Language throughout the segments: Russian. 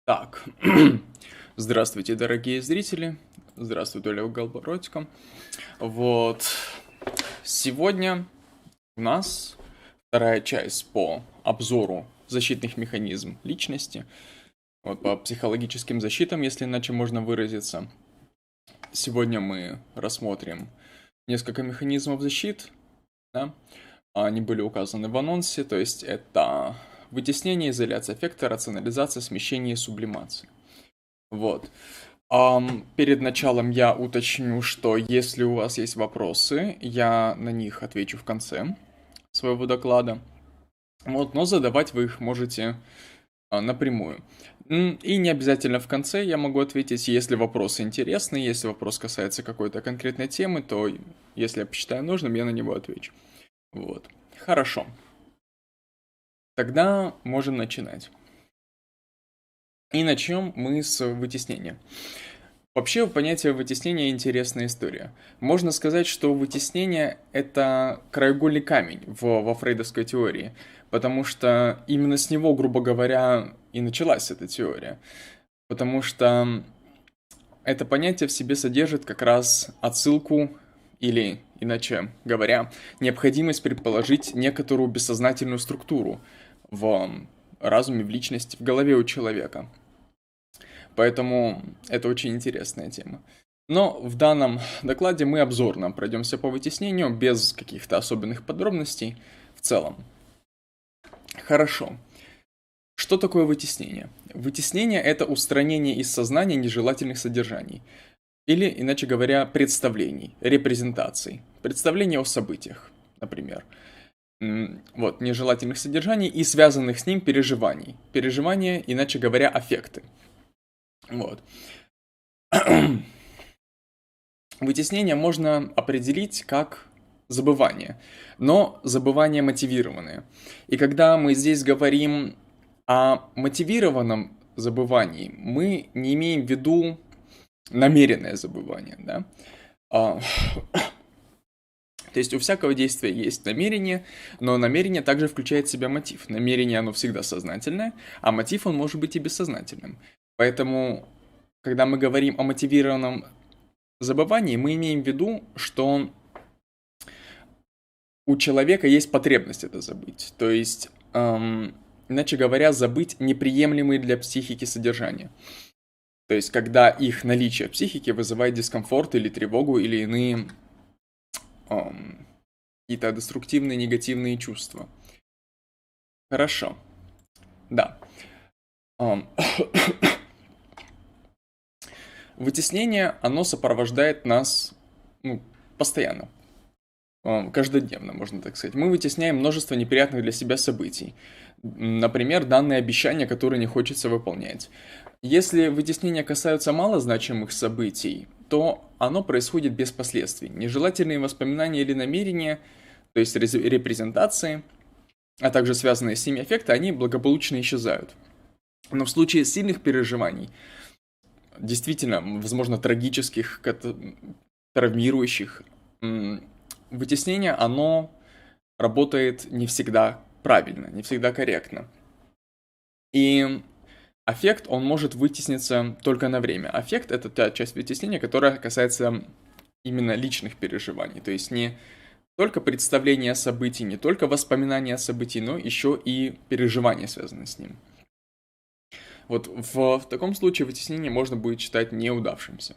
Так, здравствуйте, дорогие зрители. Здравствуй, Оля Голбородько. Вот, сегодня у нас вторая часть по обзору защитных механизмов личности. Вот, по психологическим защитам, если иначе можно выразиться. Сегодня мы рассмотрим несколько механизмов защит, да? Они были указаны в анонсе, то есть это вытеснение, изоляция эффекта, рационализация, смещение и сублимация. Вот. Перед началом я уточню, что если у вас есть вопросы, я на них отвечу в конце своего доклада. Вот, но задавать вы их можете напрямую. И не обязательно в конце я могу ответить, если вопросы интересны, если вопрос касается какой-то конкретной темы, то если я посчитаю нужным, я на него отвечу. Вот. Хорошо. Тогда можем начинать. И начнем мы с вытеснения. Вообще, понятие вытеснения интересная история. Можно сказать, что вытеснение – это краеугольный камень во фрейдовской теории, потому что именно с него, грубо говоря, и началась эта теория. Потому что это понятие в себе содержит как раз отсылку, или, иначе говоря, необходимость предположить некоторую бессознательную структуру в разуме, в личности, в голове у человека. Поэтому это очень интересная тема. Но в данном докладе мы обзорно пройдемся по вытеснению, без каких-то особенных подробностей в целом. Хорошо. Что такое вытеснение? Вытеснение – это устранение из сознания нежелательных содержаний. Или, иначе говоря, представлений, репрезентаций. Представления о событиях, например. Вот, нежелательных содержаний и связанных с ним переживаний. Переживания, иначе говоря, аффекты. Вот. Вытеснение можно определить как забывание, но забывание мотивированное. И когда мы здесь говорим о мотивированном забывании, мы не имеем в виду намеренное забывание, да? То есть у всякого действия есть намерение, но намерение также включает в себя мотив. Намерение, оно всегда сознательное, а мотив, он может быть и бессознательным. Поэтому, когда мы говорим о мотивированном забывании, мы имеем в виду, что у человека есть потребность это забыть. То есть, иначе говоря, забыть неприемлемые для психики содержания. То есть, когда их наличие в психике вызывает дискомфорт или тревогу, или иные какие-то деструктивные, негативные чувства. Хорошо. Да. Вытеснение, оно сопровождает нас постоянно. Каждодневно, можно так сказать. Мы вытесняем множество неприятных для себя событий. Например, данные обещания, которые не хочется выполнять. Если вытеснения касаются малозначимых событий, то оно происходит без последствий. Нежелательные воспоминания или намерения, то есть репрезентации, а также связанные с ними эффекты, они благополучно исчезают. Но в случае сильных переживаний, действительно, возможно, трагических, травмирующих, вытеснение, оно работает не всегда правильно, не всегда корректно. И аффект, он может вытесниться только на время. Аффект – это та часть вытеснения, которая касается именно личных переживаний. То есть не только представления о событии, не только воспоминания о событии, но еще и переживания, связанные с ним. Вот в таком случае вытеснение можно будет считать неудавшимся.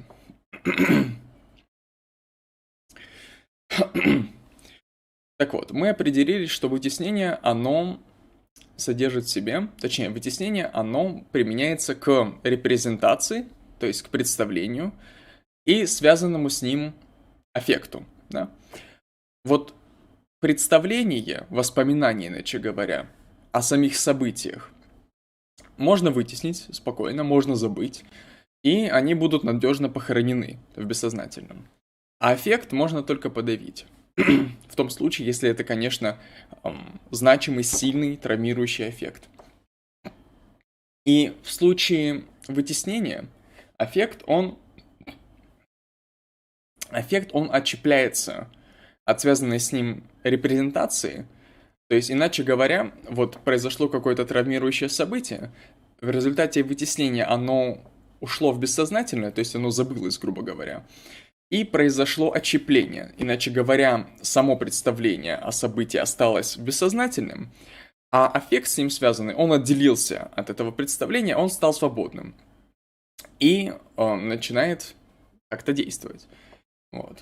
Так вот, мы определили, что вытеснение, оно содержит в себе, точнее, вытеснение, оно применяется к репрезентации, то есть к представлению, и связанному с ним аффекту. Да? Вот представление, воспоминание, иначе говоря, о самих событиях можно вытеснить спокойно, можно забыть, и они будут надежно похоронены в бессознательном. А аффект можно только подавить. В том случае, если это, конечно, значимый, сильный, травмирующий аффект. И в случае вытеснения аффект, он отщепляется от связанной с ним репрезентации. То есть, иначе говоря, вот произошло какое-то травмирующее событие, в результате вытеснения оно ушло в бессознательное, то есть оно забылось, грубо говоря, и произошло отщепление. Иначе говоря, само представление о событии осталось бессознательным, а аффект с ним связанный, он отделился от этого представления, он стал свободным. И начинает как-то действовать. Вот.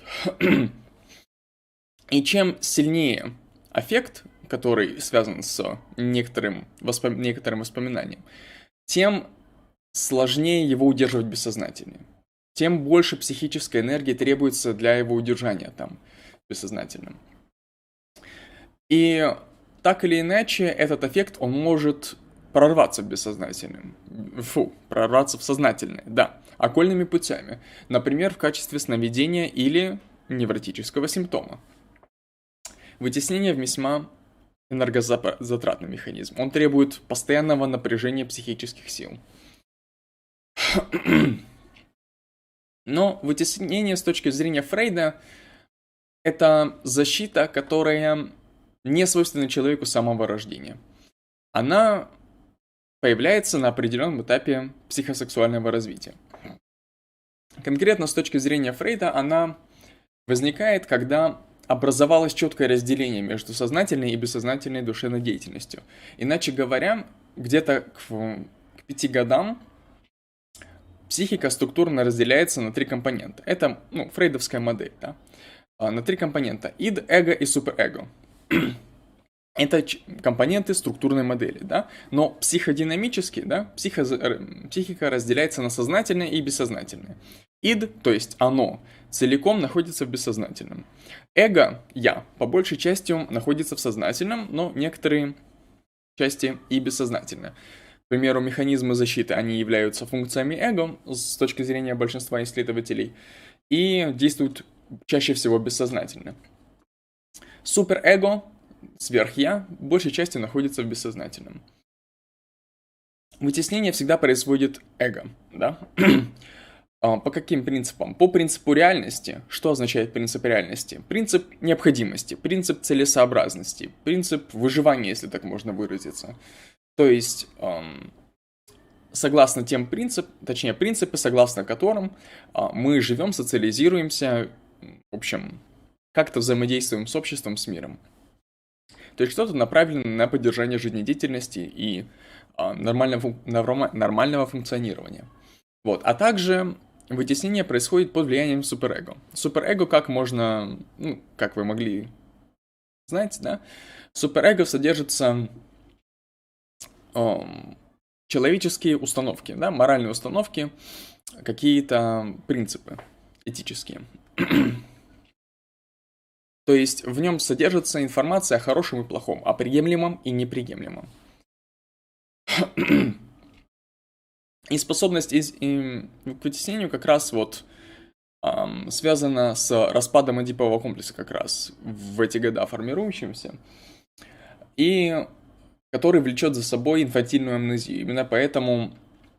И чем сильнее аффект, который связан с некоторым воспоминанием, тем сложнее его удерживать бессознательно. Тем больше психической энергии требуется для его удержания там, бессознательным. И так или иначе, этот аффект, он может прорваться в бессознательном. Прорваться в сознательное, да, окольными путями. Например, в качестве сновидения или невротического симптома. Вытеснение весьма энергозатратный механизм. Он требует постоянного напряжения психических сил. Но вытеснение с точки зрения Фрейда – это защита, которая не свойственна человеку с самого рождения. Она появляется на определенном этапе психосексуального развития. Конкретно с точки зрения Фрейда она возникает, когда образовалось четкое разделение между сознательной и бессознательной душевной деятельностью. Иначе говоря, где-то к 5 годам психика структурно разделяется на 3 компонента. Это, фрейдовская модель, да? На 3 компонента. Ид, эго и суперэго. Это компоненты структурной модели, да? Но психодинамически, да, психика разделяется на сознательное и бессознательное. Ид, то есть оно, целиком находится в бессознательном. Эго, я, по большей части находится в сознательном, но некоторые части и бессознательно. К примеру, механизмы защиты, они являются функциями эго с точки зрения большинства исследователей и действуют чаще всего бессознательно. Суперэго, сверхя, большей частью находится в бессознательном. Вытеснение всегда происходит эго, да? По каким принципам? По принципу реальности. Что означает принцип реальности? Принцип необходимости, принцип целесообразности, принцип выживания, если так можно выразиться. То есть, согласно тем принципы, согласно которым мы живем, социализируемся, в общем, как-то взаимодействуем с обществом, с миром. То есть что-то направлено на поддержание жизнедеятельности и нормального функционирования. Вот. А также вытеснение происходит под влиянием суперэго. Суперэго, как вы могли знать, да? В суперэго содержатся человеческие установки, да? Моральные установки, какие-то принципы этические. То есть в нем содержится информация о хорошем и плохом, о приемлемом и неприемлемом. И способность к вытеснению как раз связана с распадом эдипового комплекса как раз в эти года формирующимся, и который влечет за собой инфантильную амнезию. Именно поэтому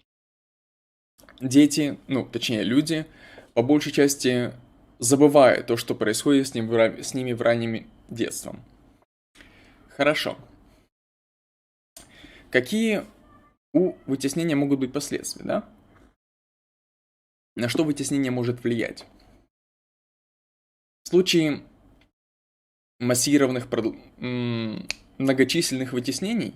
дети, точнее люди, по большей части забывают то, что происходит с ними в раннем детстве. Хорошо. Какие у вытеснения могут быть последствия, да? На что вытеснение может влиять? В случае массированных многочисленных вытеснений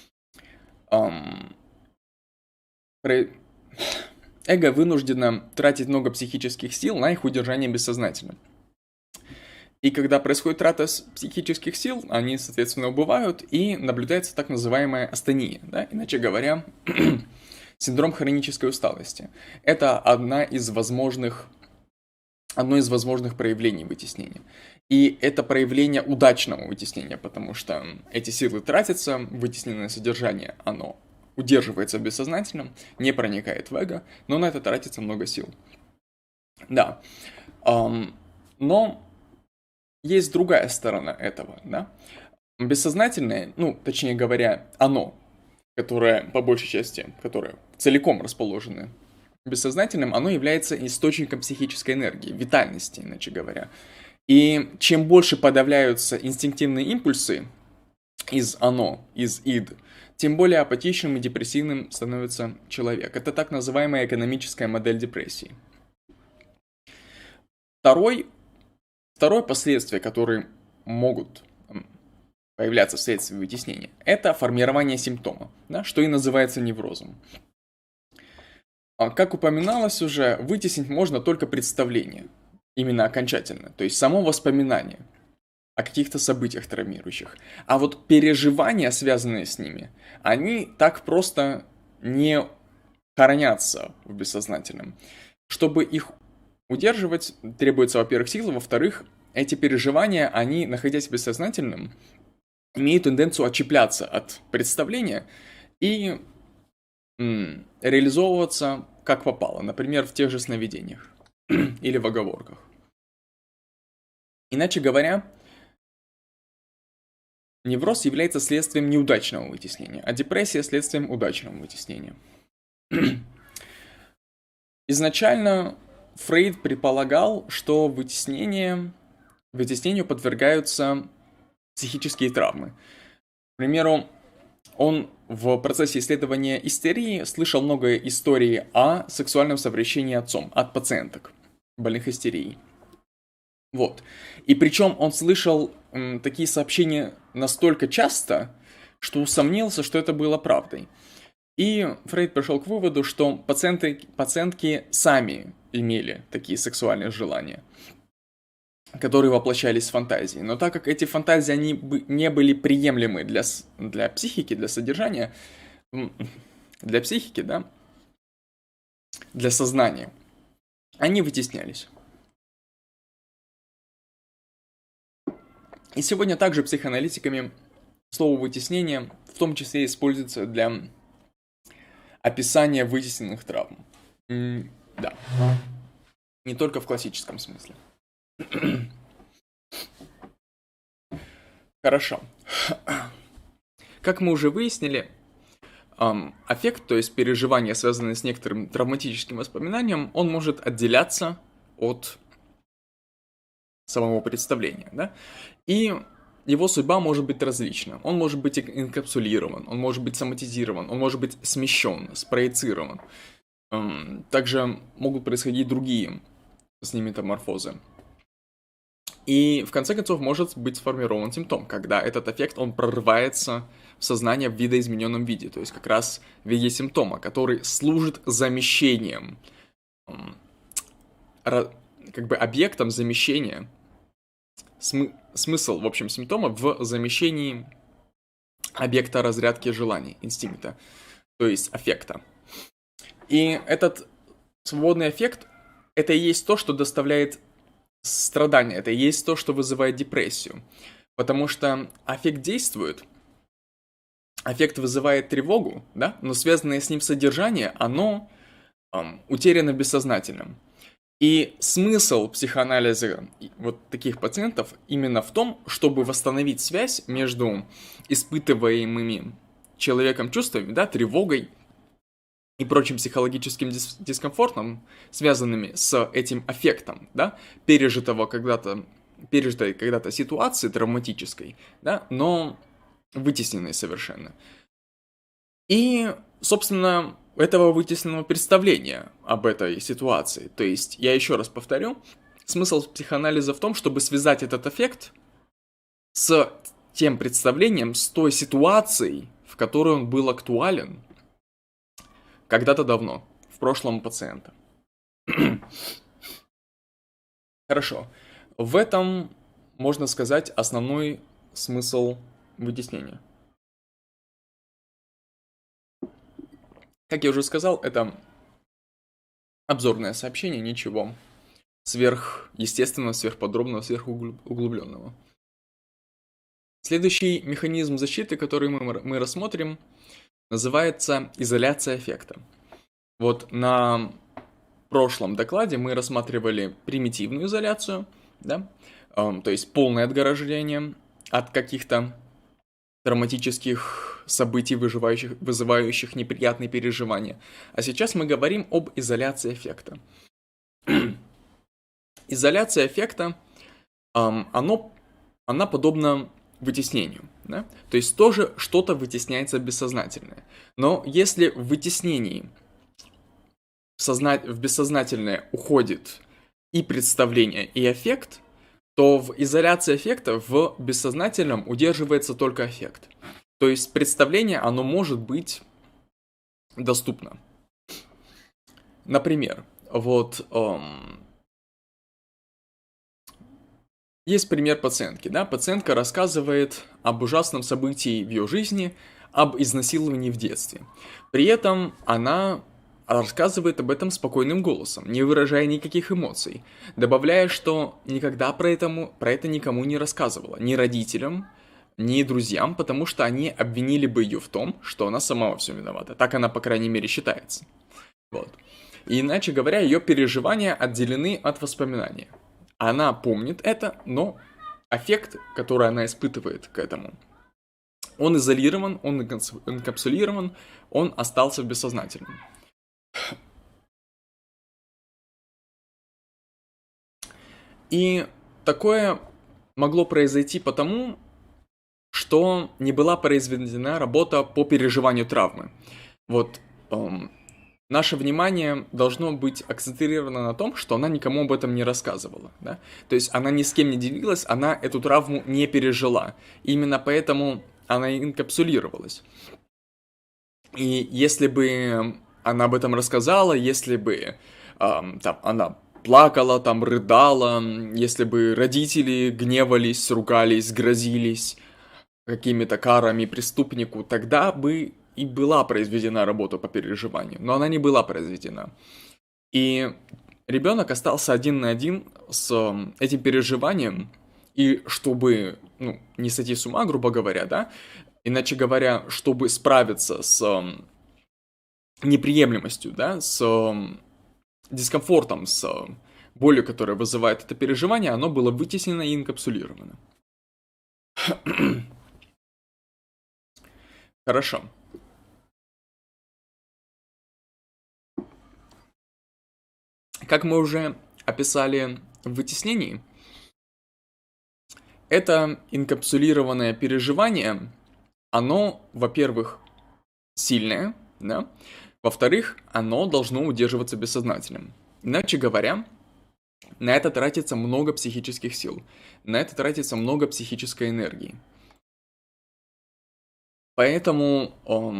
эго вынуждено тратить много психических сил на их удержание бессознательно. И когда происходит трата психических сил, они, соответственно, убывают, и наблюдается так называемая астения, да? Иначе говоря, синдром хронической усталости. Это одно из возможных проявлений вытеснения. И это проявление удачного вытеснения, потому что эти силы тратятся, вытесненное содержание, оно удерживается в бессознательном, не проникает в эго, но на это тратится много сил. Да. Но есть другая сторона этого, да. Бессознательное, точнее говоря, оно, которое по большей части, которое целиком расположено бессознательным, оно является источником психической энергии, витальности, иначе говоря. И чем больше подавляются инстинктивные импульсы, из «оно», из «id», тем более апатичным и депрессивным становится человек. Это так называемая экономическая модель депрессии. Второе последствие, которые могут появляться вследствие вытеснения, это формирование симптома, да, что и называется неврозом. Как упоминалось уже, вытеснить можно только представление, именно окончательно, то есть само воспоминание о каких-то событиях травмирующих. А вот переживания, связанные с ними, они так просто не хранятся в бессознательном. Чтобы их удерживать, требуется, во-первых, сила, во-вторых, эти переживания, они, находясь в бессознательном, имеют тенденцию отщепляться от представления и реализовываться как попало, например, в тех же сновидениях или в оговорках. Иначе говоря, невроз является следствием неудачного вытеснения, а депрессия следствием удачного вытеснения. Изначально Фрейд предполагал, что вытеснению подвергаются психические травмы. К примеру, он в процессе исследования истерии слышал много историй о сексуальном совращении отцом от пациенток, больных истерией. Вот. И причем он слышал такие сообщения настолько часто, что усомнился, что это было правдой. И Фрейд пришел к выводу, что пациентки сами имели такие сексуальные желания, которые воплощались в фантазии. Но так как эти фантазии они не были приемлемы для психики, для содержания, для психики, да, для сознания, они вытеснялись. И сегодня также психоаналитиками слово «вытеснение» в том числе используется для описания вытесненных травм. Да. Не только в классическом смысле. Хорошо. Как мы уже выяснили, аффект, то есть переживание, связанное с некоторым травматическим воспоминанием, он может отделяться от самого представления, да? И его судьба может быть различна. Он может быть инкапсулирован, он может быть соматизирован, он может быть смещен, спроецирован. Также могут происходить другие с ним метаморфозы. И в конце концов может быть сформирован симптом, когда этот аффект, он прорывается в сознание в видоизмененном виде, то есть как раз в виде симптома, который служит замещением, как бы объектом замещения, смысл, в общем, симптома в замещении объекта разрядки желаний, инстинкта, то есть аффекта. И этот свободный аффект, это и есть то, что доставляет страдания, это и есть то, что вызывает депрессию. Потому что аффект действует, аффект вызывает тревогу, да, но связанное с ним содержание, оно утеряно в бессознательном. И смысл психоанализа вот таких пациентов именно в том, чтобы восстановить связь между испытываемыми человеком чувствами, да, тревогой и прочим психологическим дискомфортом, связанными с этим аффектом, да, пережитой когда-то ситуации травматической, да, но вытесненной совершенно. И, собственно, этого вытесненного представления об этой ситуации. То есть, я еще раз повторю, смысл психоанализа в том, чтобы связать этот аффект с тем представлением, с той ситуацией, в которой он был актуален когда-то давно, в прошлом у пациента. Хорошо. В этом, можно сказать, основной смысл вытеснения. Как я уже сказал, это обзорное сообщение, ничего сверхъестественного, сверхподробного, сверхуглубленного. Следующий механизм защиты, который мы рассмотрим, называется изоляция аффекта. Вот на прошлом докладе мы рассматривали примитивную изоляцию, да? То есть полное отгорожение от каких-то травматических событий, вызывающих неприятные переживания. А сейчас мы говорим об изоляции аффекта. Изоляция аффекта, она подобна вытеснению. Да? То есть тоже что-то вытесняется бессознательное. Но если в вытеснении в бессознательное уходит и представление, и аффект, то в изоляции аффекта в бессознательном удерживается только аффект. То есть представление, оно может быть доступно. Например, вот есть пример пациентки. Да? Пациентка рассказывает об ужасном событии в ее жизни, об изнасиловании в детстве. При этом она рассказывает об этом спокойным голосом, не выражая никаких эмоций, добавляя, что никогда про это никому не рассказывала, ни родителям, ни друзьям, потому что они обвинили бы ее в том, что она сама во всем виновата. Так она, по крайней мере, считается. Вот. И иначе говоря, ее переживания отделены от воспоминания. Она помнит это, но аффект, который она испытывает к этому, он изолирован, он инкапсулирован, он остался в бессознательном. И такое могло произойти потому, что не была произведена работа по переживанию травмы. Вот наше внимание должно быть акцентрировано на том, что она никому об этом не рассказывала. Да? То есть она ни с кем не делилась, она эту травму не пережила. Именно поэтому она инкапсулировалась. И если бы она об этом рассказала, если бы она плакала, рыдала, если бы родители гневались, ругались, грозились какими-то карами преступнику, тогда бы и была произведена работа по переживанию, но она не была произведена. И ребенок остался один на один с этим переживанием, и чтобы, не сойти с ума, грубо говоря, да, иначе говоря, чтобы справиться с неприемлемостью, да, с дискомфортом, с болью, которая вызывает это переживание, оно было вытеснено и инкапсулировано. Хорошо. Как мы уже описали в вытеснении, это инкапсулированное переживание, оно, во-первых, сильное, да? Во-вторых, оно должно удерживаться бессознательным. Иначе говоря, на это тратится много психических сил, на это тратится много психической энергии. Поэтому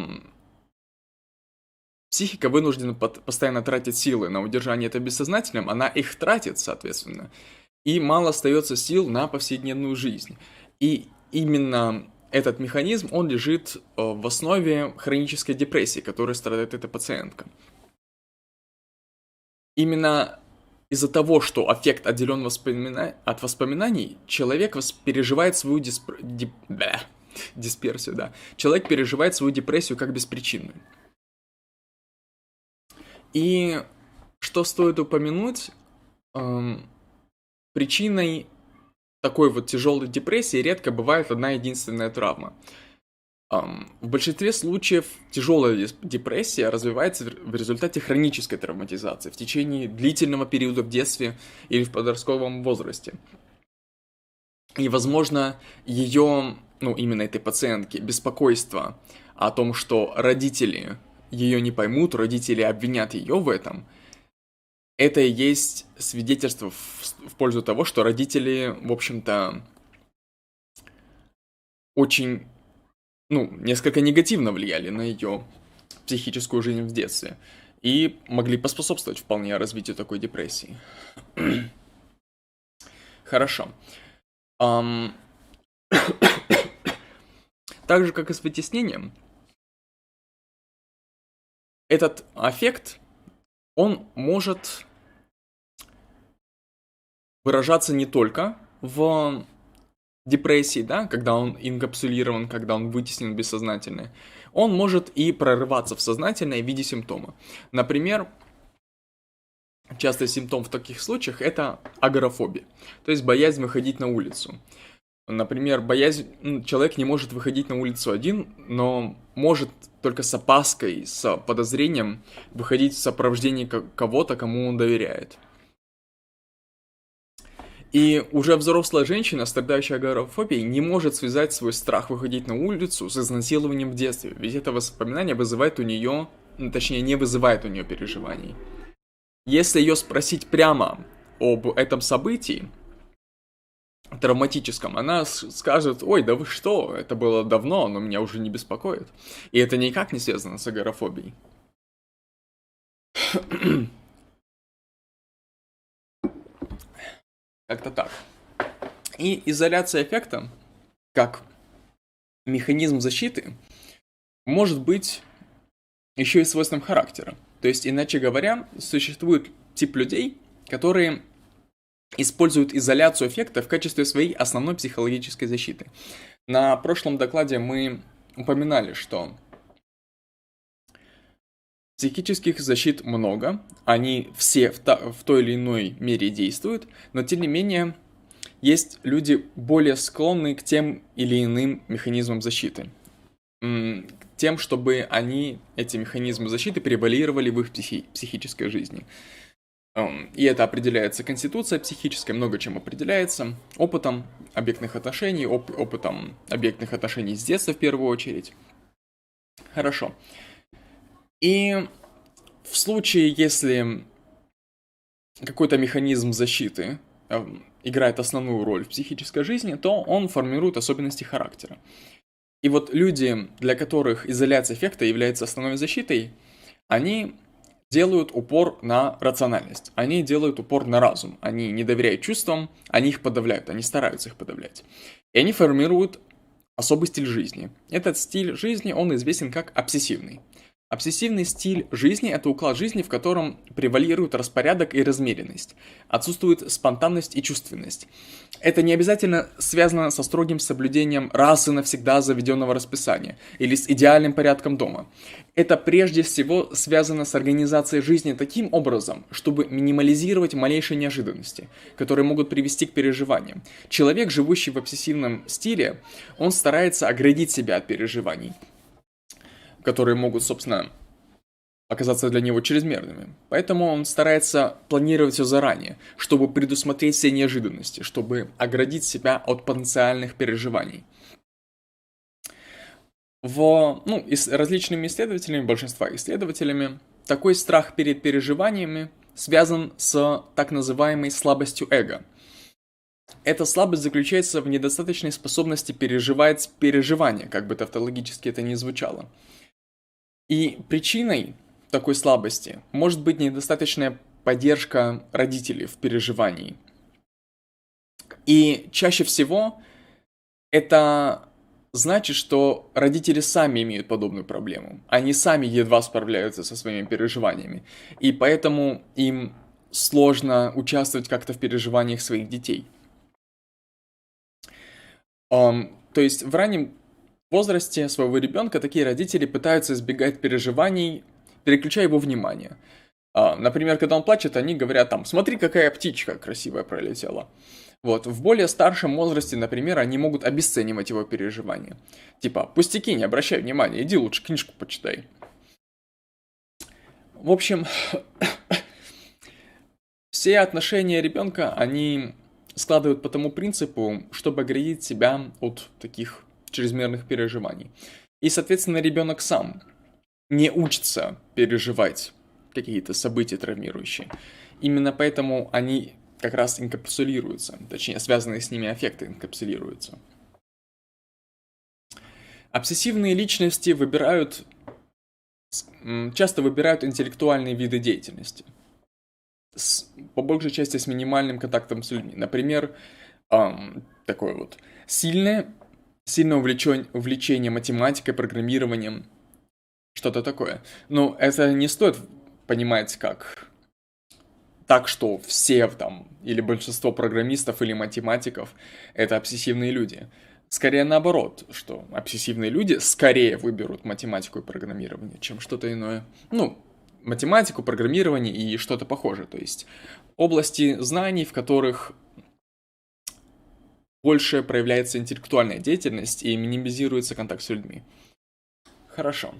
психика вынуждена постоянно тратить силы на удержание этого бессознательным, она их тратит, соответственно, и мало остается сил на повседневную жизнь. И именно этот механизм, он лежит в основе хронической депрессии, которой страдает эта пациентка. Именно из-за того, что аффект отделен от воспоминаний, человек переживает свою дисперсию, да. Человек переживает свою депрессию как беспричинную. И что стоит упомянуть, причиной такой вот тяжелой депрессии редко бывает одна единственная травма. В большинстве случаев тяжелая депрессия развивается в результате хронической травматизации в течение длительного периода в детстве или в подростковом возрасте. И, возможно, ее, именно этой пациентки, беспокойство о том, что родители ее не поймут, родители обвинят ее в этом, это и есть свидетельство в пользу того, что родители, в общем-то, очень, несколько негативно влияли на ее психическую жизнь в детстве и могли поспособствовать вполне развитию такой депрессии. Хорошо. Так же, как и с вытеснением, этот аффект, он может выражаться не только в депрессии, да, когда он инкапсулирован, когда он вытеснен в бессознательное, он может и прорываться в сознательное в виде симптома. Например, частый симптом в таких случаях – это агорафобия, то есть боязнь выходить на улицу. Например, человек не может выходить на улицу один, но может только с опаской, с подозрением выходить в сопровождении кого-то, кому он доверяет. И уже взрослая женщина, страдающая агорафобией, не может связать свой страх выходить на улицу с изнасилованием в детстве, ведь это воспоминание вызывает у нее, ну, точнее, не вызывает у нее переживаний. Если ее спросить прямо об этом событии, травматическом, она скажет: ой, да вы что, это было давно, оно меня уже не беспокоит. И это никак не связано с агорафобией. Как-то так. И изоляция эффекта, как механизм защиты, может быть еще и свойством характера. То есть, иначе говоря, существует тип людей, которые используют изоляцию эффекта в качестве своей основной психологической защиты. На прошлом докладе мы упоминали, что психических защит много, они все в той или иной мере действуют, но тем не менее есть люди более склонные к тем или иным механизмам защиты. Тем, чтобы эти механизмы защиты, превалировали в их психической жизни. И это определяется конституцией психической, много чем определяется, опытом объектных отношений, опытом объектных отношений с детства в первую очередь. Хорошо. И в случае, если какой-то механизм защиты играет основную роль в психической жизни, то он формирует особенности характера. И вот люди, для которых изоляция эффекта является основной защитой, они делают упор на рациональность, они делают упор на разум, они не доверяют чувствам, они их подавляют, они стараются их подавлять. И они формируют особый стиль жизни. Этот стиль жизни, он известен как обсессивный. Обсессивный стиль жизни – это уклад жизни, в котором превалирует распорядок и размеренность. Отсутствует спонтанность и чувственность. Это не обязательно связано со строгим соблюдением раз и навсегда заведенного расписания или с идеальным порядком дома. Это прежде всего связано с организацией жизни таким образом, чтобы минимализировать малейшие неожиданности, которые могут привести к переживаниям. Человек, живущий в обсессивном стиле, он старается оградить себя от переживаний, которые могут, собственно, оказаться для него чрезмерными. Поэтому он старается планировать все заранее, чтобы предусмотреть все неожиданности, чтобы оградить себя от потенциальных переживаний. Различными исследователями, большинства исследователями, такой страх перед переживаниями связан с так называемой слабостью эго. Эта слабость заключается в недостаточной способности переживать переживания, как бы тавтологически это ни звучало. И причиной такой слабости может быть недостаточная поддержка родителей в переживании. И чаще всего это значит, что родители сами имеют подобную проблему. Они сами едва справляются со своими переживаниями. И поэтому им сложно участвовать как-то в переживаниях своих детей. То есть в раннем возрасте своего ребенка такие родители пытаются избегать переживаний, переключая его внимание. Например, когда он плачет, они говорят там: смотри, какая птичка красивая пролетела. Вот, в более старшем возрасте, например, они могут обесценивать его переживания. Типа: пустяки, не обращай внимания, иди лучше книжку почитай. В общем, все отношения ребенка, они складывают по тому принципу, чтобы оградить себя от таких чрезмерных переживаний. И, соответственно, ребенок сам не учится переживать какие-то события травмирующие. Именно поэтому они как раз инкапсулируются, точнее, связанные с ними аффекты инкапсулируются. Обсессивные личности часто выбирают интеллектуальные виды деятельности, по большей части с минимальным контактом с людьми. Например, такое вот сильное увлечение математикой, программированием, что-то такое. Но это не стоит понимать как так, что все там, или большинство программистов или математиков — это обсессивные люди. Скорее наоборот, что обсессивные люди скорее выберут математику и программирование, чем что-то иное. Математику, программирование и что-то похожее. То есть области знаний, в которых больше проявляется интеллектуальная деятельность и минимизируется контакт с людьми. Хорошо.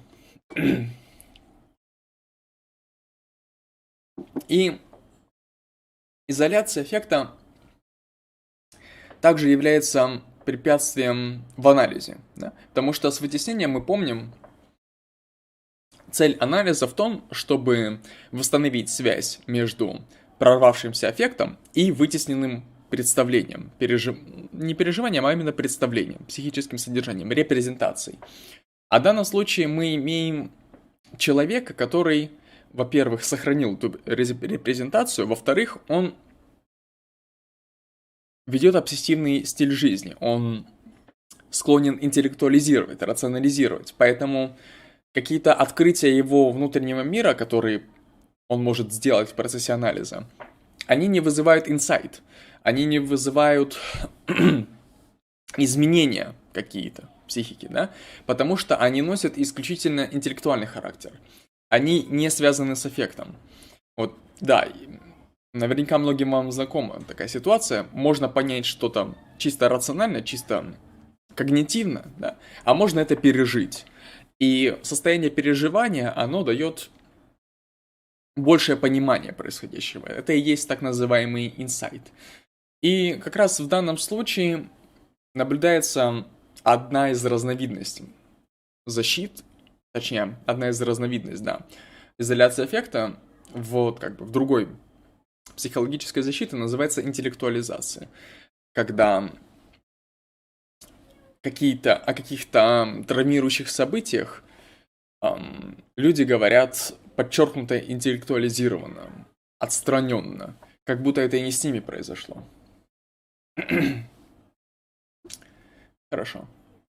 И изоляция эффекта также является препятствием в анализе. Да? Потому что с вытеснением мы помним, цель анализа в том, чтобы восстановить связь между прорвавшимся аффектом и вытесненным представлением, не переживанием, а именно представлением, психическим содержанием, репрезентацией. А в данном случае мы имеем человека, который, во-первых, сохранил эту репрезентацию, во-вторых, он ведет обсессивный стиль жизни, он склонен интеллектуализировать, рационализировать, поэтому какие-то открытия его внутреннего мира, которые он может сделать в процессе анализа, они не вызывают инсайт, они не вызывают изменения какие-то в психике, да, потому что они носят исключительно интеллектуальный характер. Они не связаны с аффектом. Вот, да, наверняка многим вам знакома такая ситуация. Можно понять что-то чисто рационально, чисто когнитивно, да, а можно это пережить. И состояние переживания, оно дает большее понимание происходящего. Это и есть так называемый инсайт. И как раз в данном случае наблюдается одна из разновидностей защит, точнее, одна из разновидностей, да, изоляции аффекта вот как бы в другой психологической защите называется интеллектуализация. Когда о каких-то травмирующих событиях люди говорят подчеркнуто интеллектуализированно, отстраненно, как будто это и не с ними произошло. Хорошо.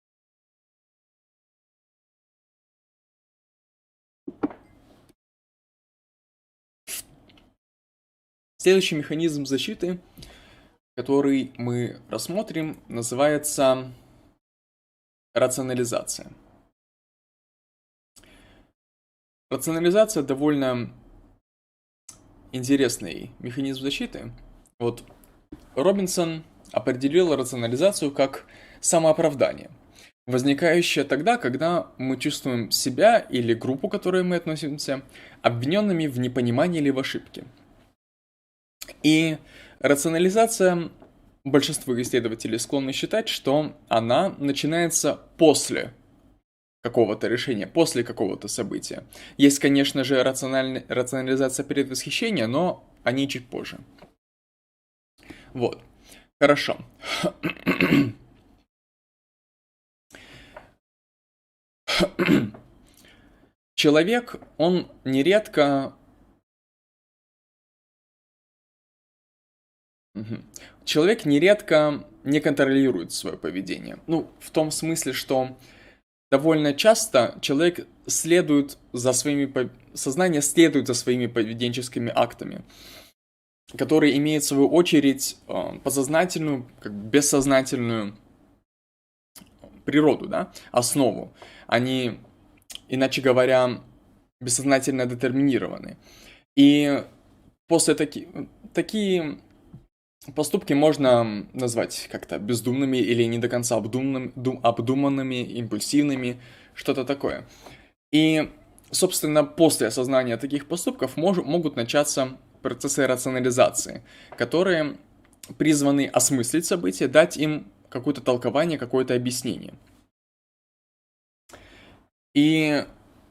Следующий механизм защиты, который мы рассмотрим, называется рационализация. Рационализация довольно интересный механизм защиты. Вот Робинсон определил рационализацию как самооправдание, возникающее тогда, когда мы чувствуем себя или группу, к которой мы относимся, обвиненными в непонимании или в ошибке. И рационализация, большинство исследователей склонны считать, что она начинается после какого-то решения, после какого-то события. Есть, конечно же, рационализация предвосхищения, но они чуть позже. Вот. Хорошо. Человек, он нередко... Человек нередко не контролирует свое поведение. Ну, в том смысле, что довольно часто человек следует за своими... Сознание следует за своими поведенческими актами, которые имеют в свою очередь подсознательную, как бы бессознательную природу, да, основу. Они, иначе говоря, бессознательно детерминированы. И после такие поступки можно назвать как-то бездумными или не до конца обдуманными, импульсивными, что-то такое. И, собственно, после осознания таких поступков могут начаться процессы рационализации, которые призваны осмыслить события, дать им какое-то толкование, какое-то объяснение. И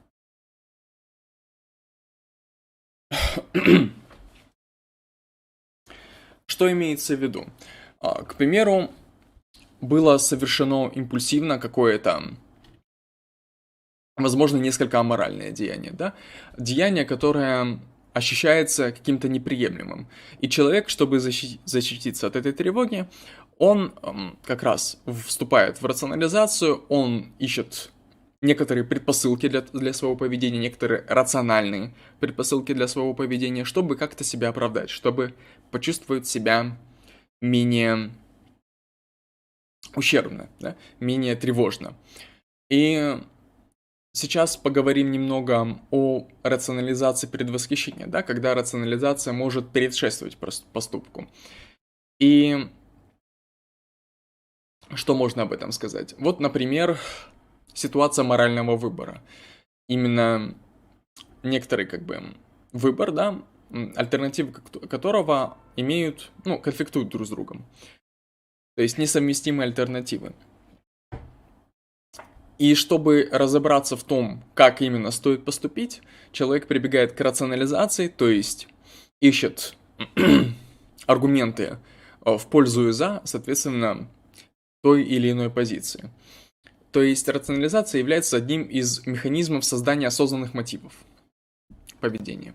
что имеется в виду? К примеру, было совершено импульсивно какое-то, возможно, несколько аморальное деяние, да? Деяние, которое ощущается каким-то неприемлемым. И человек, чтобы защититься от этой тревоги, он как раз вступает в рационализацию, он ищет некоторые предпосылки для своего поведения, некоторые рациональные предпосылки для своего поведения, чтобы как-то себя оправдать, чтобы почувствовать себя менее ущербно, да? Менее тревожно. И сейчас поговорим немного о рационализации предвосхищения, да, когда рационализация может предшествовать поступку. И что можно об этом сказать? Вот, например, ситуация морального выбора. Именно некоторый, как бы, выбор, да, альтернативы которого конфликтуют друг с другом. то есть несовместимые альтернативы. И чтобы разобраться в том, как именно стоит поступить, человек прибегает к рационализации, то есть ищет аргументы в пользу и за, соответственно, той или иной позиции. То есть рационализация является одним из механизмов создания осознанных мотивов поведения.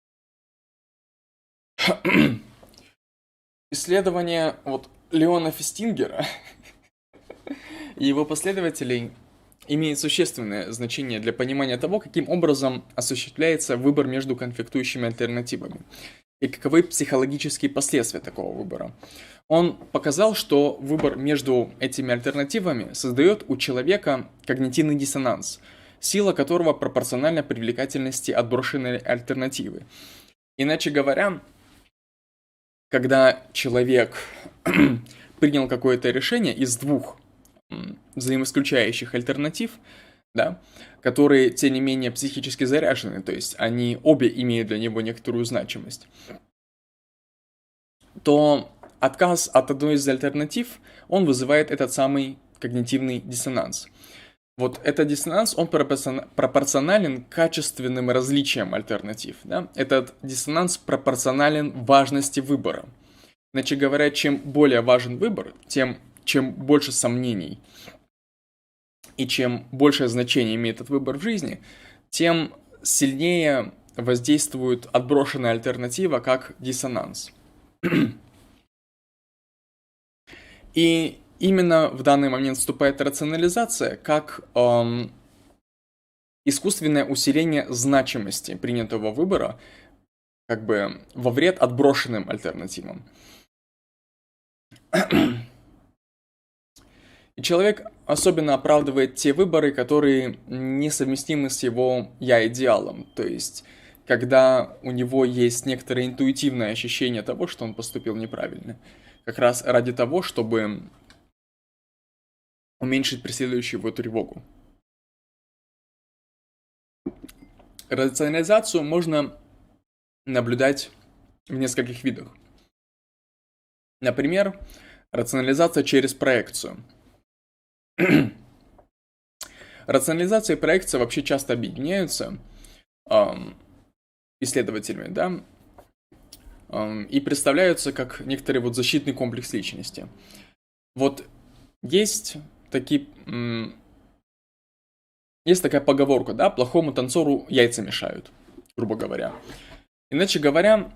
Исследование Леона Фестингера и его последователей имеет существенное значение для понимания того, каким образом осуществляется выбор между конфликтующими альтернативами и каковы психологические последствия такого выбора. Он показал, что выбор между этими альтернативами создает у человека когнитивный диссонанс, сила которого пропорциональна привлекательности отброшенной альтернативы. Иначе говоря, когда человек принял какое-то решение из двух взаимоисключающих альтернатив, да, которые, тем не менее, психически заряжены, то есть они обе имеют для него некоторую значимость, то отказ от одной из альтернатив, он вызывает этот самый когнитивный диссонанс. Вот этот диссонанс, он пропорционален качественным различиям альтернатив. Да? Этот диссонанс пропорционален важности выбора. Иначе говоря, чем более важен выбор, чем больше сомнений и чем большее значение имеет этот выбор в жизни, тем сильнее воздействует отброшенная альтернатива как диссонанс. И именно в данный момент вступает рационализация как искусственное усиление значимости принятого выбора как бы во вред отброшенным альтернативам. И человек особенно оправдывает те выборы, которые несовместимы с его «я-идеалом». То есть, когда у него есть некоторое интуитивное ощущение того, что он поступил неправильно. Как раз ради того, чтобы уменьшить преследующую его тревогу. Рационализацию можно наблюдать в нескольких видах. Например, рационализация через проекцию. Рационализация и проекция вообще часто объединяются исследователями, да, и представляются как некоторый защитный комплекс личности. Есть такая поговорка, да, плохому танцору яйца мешают, грубо говоря. Иначе говоря,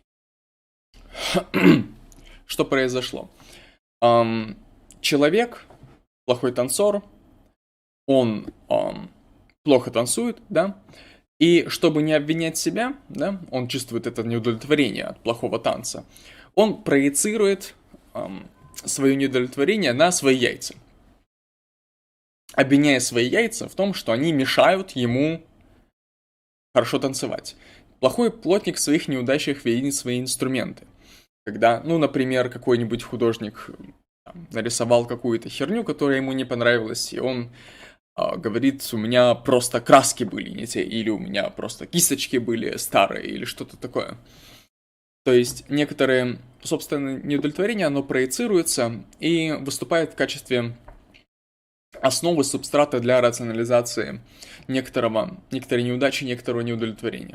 что произошло? Человек, плохой танцор, он плохо танцует, да, и чтобы не обвинять себя, да, он чувствует это неудовлетворение от плохого танца, он проецирует свое неудовлетворение на свои яйца, обвиняя свои яйца в том, что они мешают ему хорошо танцевать. Плохой плотник в своих неудачах видит свои инструменты. Когда, например, какой-нибудь художник нарисовал какую-то херню, которая ему не понравилась, и он говорит, у меня просто краски были не те, или у меня просто кисточки были старые, или что-то такое. То есть некоторое собственное неудовлетворение, оно проецируется и выступает в качестве основы субстрата для рационализации некоторой неудачи, некоторого неудовлетворения.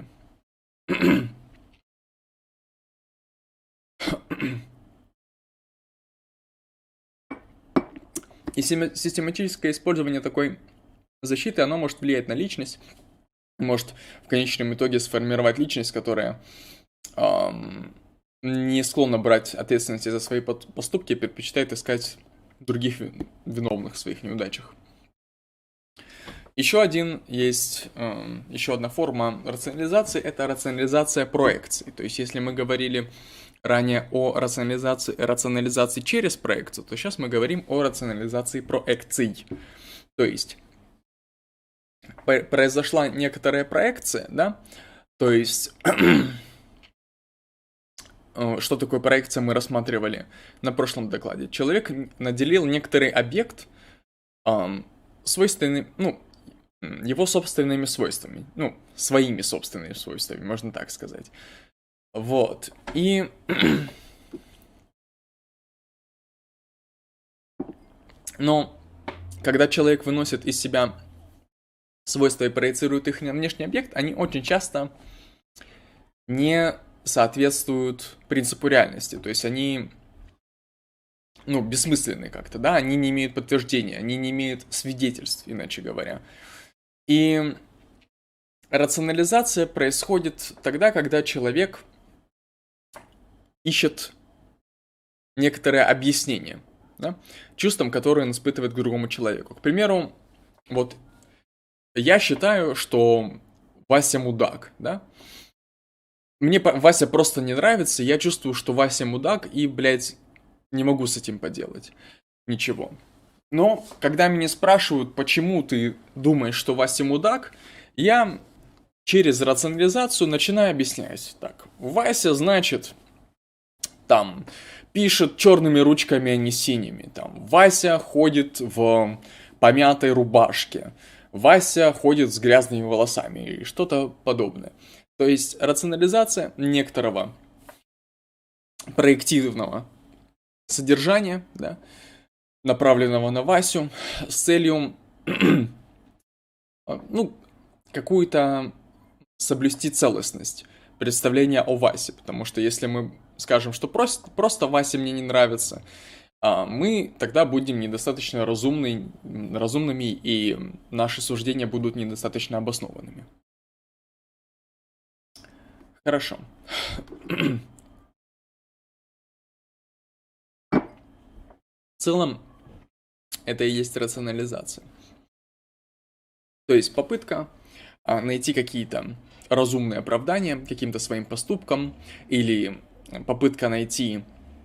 И систематическое использование такой защиты, оно может влиять на личность, может в конечном итоге сформировать личность, которая не склонна брать ответственность за свои поступки, и предпочитает искать других виновных в своих неудачах. Еще одна форма рационализации – это рационализация проекций. То есть, если мы говорили ранее о рационализации через проекцию, то сейчас мы говорим о рационализации проекций. То есть, произошла некоторая проекция, да? То есть, что такое проекция, мы рассматривали на прошлом докладе. Человек наделил некоторый объект свойственным, его собственными свойствами, своими собственными свойствами, можно так сказать. И Но когда человек выносит из себя свойства и проецирует их на внешний объект, они очень часто не соответствуют принципу реальности. То есть они, бессмысленны как-то, да, они не имеют подтверждения, они не имеют свидетельств, иначе говоря. И рационализация происходит тогда, когда человек ищет некоторое объяснение, да, чувствам, которые он испытывает к другому человеку. К примеру, вот я считаю, что Вася мудак, да. Мне Вася просто не нравится, я чувствую, что Вася мудак, и, блядь, не могу с этим поделать ничего. Но когда меня спрашивают, почему ты думаешь, что Вася мудак, я через рационализацию начинаю объяснять. Так, Вася, значит, там, пишет черными ручками, а не синими. Там, Вася ходит в помятой рубашке. Вася ходит с грязными волосами или что-то подобное. То есть рационализация некоторого проективного содержания, да, направленного на Васю, с целью, какую-то соблюсти целостность представления о Васе. Потому что если мы скажем, что просто Вася мне не нравится, мы тогда будем недостаточно разумными, и наши суждения будут недостаточно обоснованными. Хорошо. В целом, это и есть рационализация. То есть попытка найти какие-то разумные оправдания каким-то своим поступкам, или попытка найти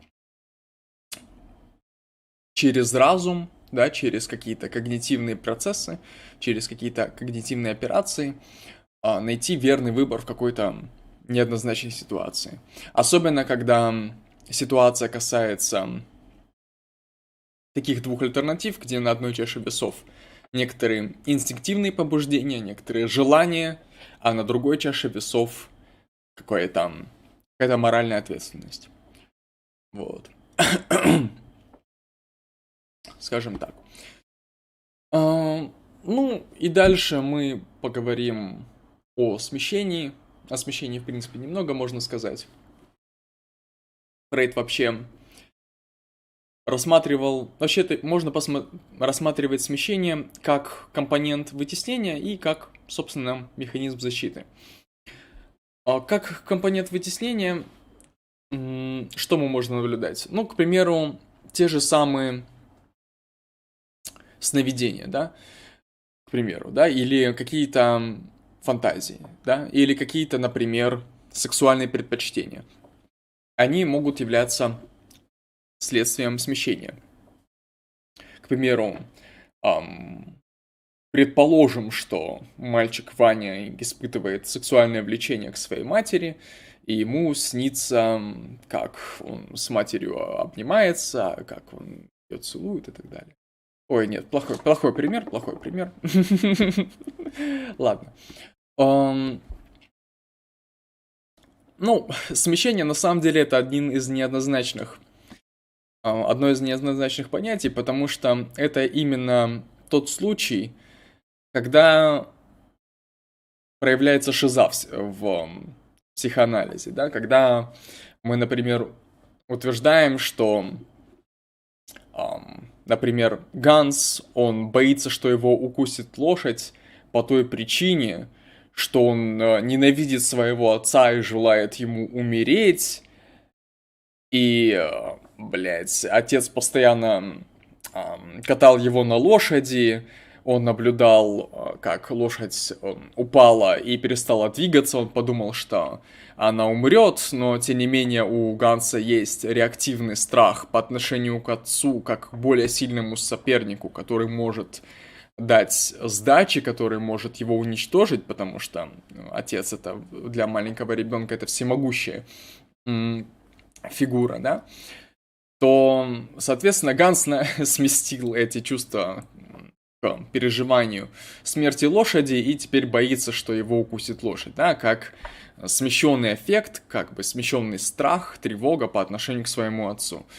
через разум, да, через какие-то когнитивные процессы, через какие-то когнитивные операции, найти верный выбор в какой-то неоднозначной ситуации. Особенно, когда ситуация касается таких двух альтернатив, где на одной чаше весов некоторые инстинктивные побуждения, некоторые желания, а на другой чаше весов какая-то моральная ответственность. Вот. Скажем так. И дальше мы поговорим о смещении. О смещении, в принципе, немного можно сказать. Фрейд вообще рассматривал... Вообще-то можно рассматривать смещение как компонент вытеснения и как, собственно, механизм защиты. Как компонент вытеснения, что мы можем наблюдать? К примеру, те же самые сновидения, да, к примеру, да, или какие-то фантазии, да, или какие-то, например, сексуальные предпочтения. Они могут являться следствием смещения. К примеру, предположим, что мальчик Ваня испытывает сексуальное влечение к своей матери, и ему снится, как он с матерью обнимается, как он ее целует и так далее. Ой, нет, плохой пример. Ладно. Смещение на самом деле это одно из неоднозначных понятий, потому что это именно тот случай, когда проявляется шиза в психоанализе, да, когда мы, например, утверждаем, что, например, Ганс, он боится, что его укусит лошадь по той причине, что он ненавидит своего отца и желает ему умереть, и, отец постоянно катал его на лошади, он наблюдал, как лошадь упала и перестала двигаться, он подумал, что она умрет, но тем не менее у Ганса есть реактивный страх по отношению к отцу, как к более сильному сопернику, который может дать сдачи, который может его уничтожить, потому что отец это для маленького ребенка это всемогущая фигура, да, то, соответственно, Ганс сместил эти чувства к переживанию смерти лошади и теперь боится, что его укусит лошадь, да, как смещенный эффект, как бы смещенный страх, тревога по отношению к своему отцу.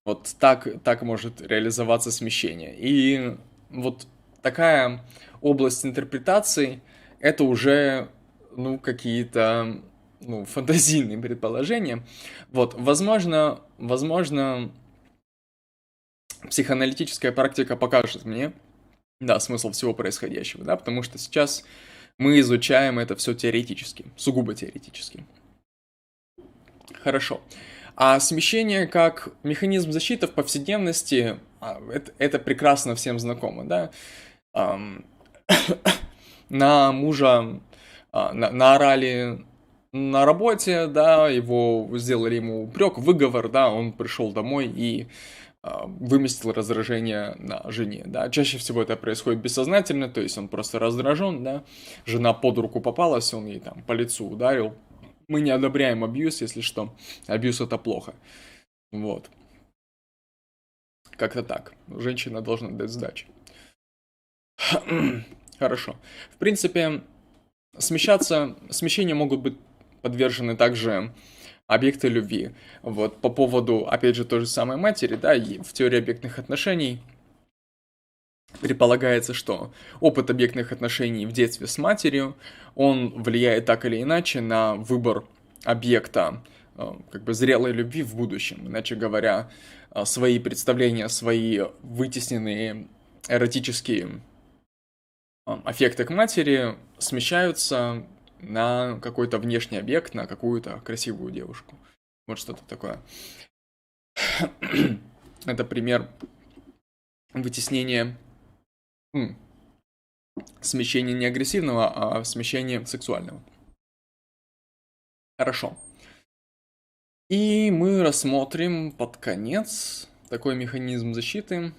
Вот так может реализоваться смещение. И вот такая область интерпретации — это уже, ну, какие-то, ну, фантазийные предположения. Вот, возможно, психоаналитическая практика покажет мне, да, смысл всего происходящего, да, потому что сейчас мы изучаем это все теоретически, сугубо теоретически. Хорошо. А смещение как механизм защиты в повседневности, это прекрасно всем знакомо, да? Ам, На мужа наорали на работе, да, его сделали ему упрек, выговор, да, он пришел домой и выместил раздражение на жене, да. Чаще всего это происходит бессознательно, то есть он просто раздражен, да, жена под руку попалась, он ей там по лицу ударил. Мы не одобряем абьюз, если что. Абьюз — это плохо. Вот. Как-то так. Женщина должна дать сдачи. Хорошо. В принципе, смещению могут быть подвержены также объекты любви. Вот, по поводу, опять же, той же самой матери, да, и в теории объектных отношений предполагается, что опыт объектных отношений в детстве с матерью, он влияет так или иначе на выбор объекта, как бы зрелой любви в будущем. Иначе говоря, свои представления, свои вытесненные эротические аффекты к матери смещаются на какой-то внешний объект, на какую-то красивую девушку. Вот что-то такое. Это пример вытеснения смещения не агрессивного, а смещения сексуального. Хорошо. И мы рассмотрим под конец такой механизм защиты,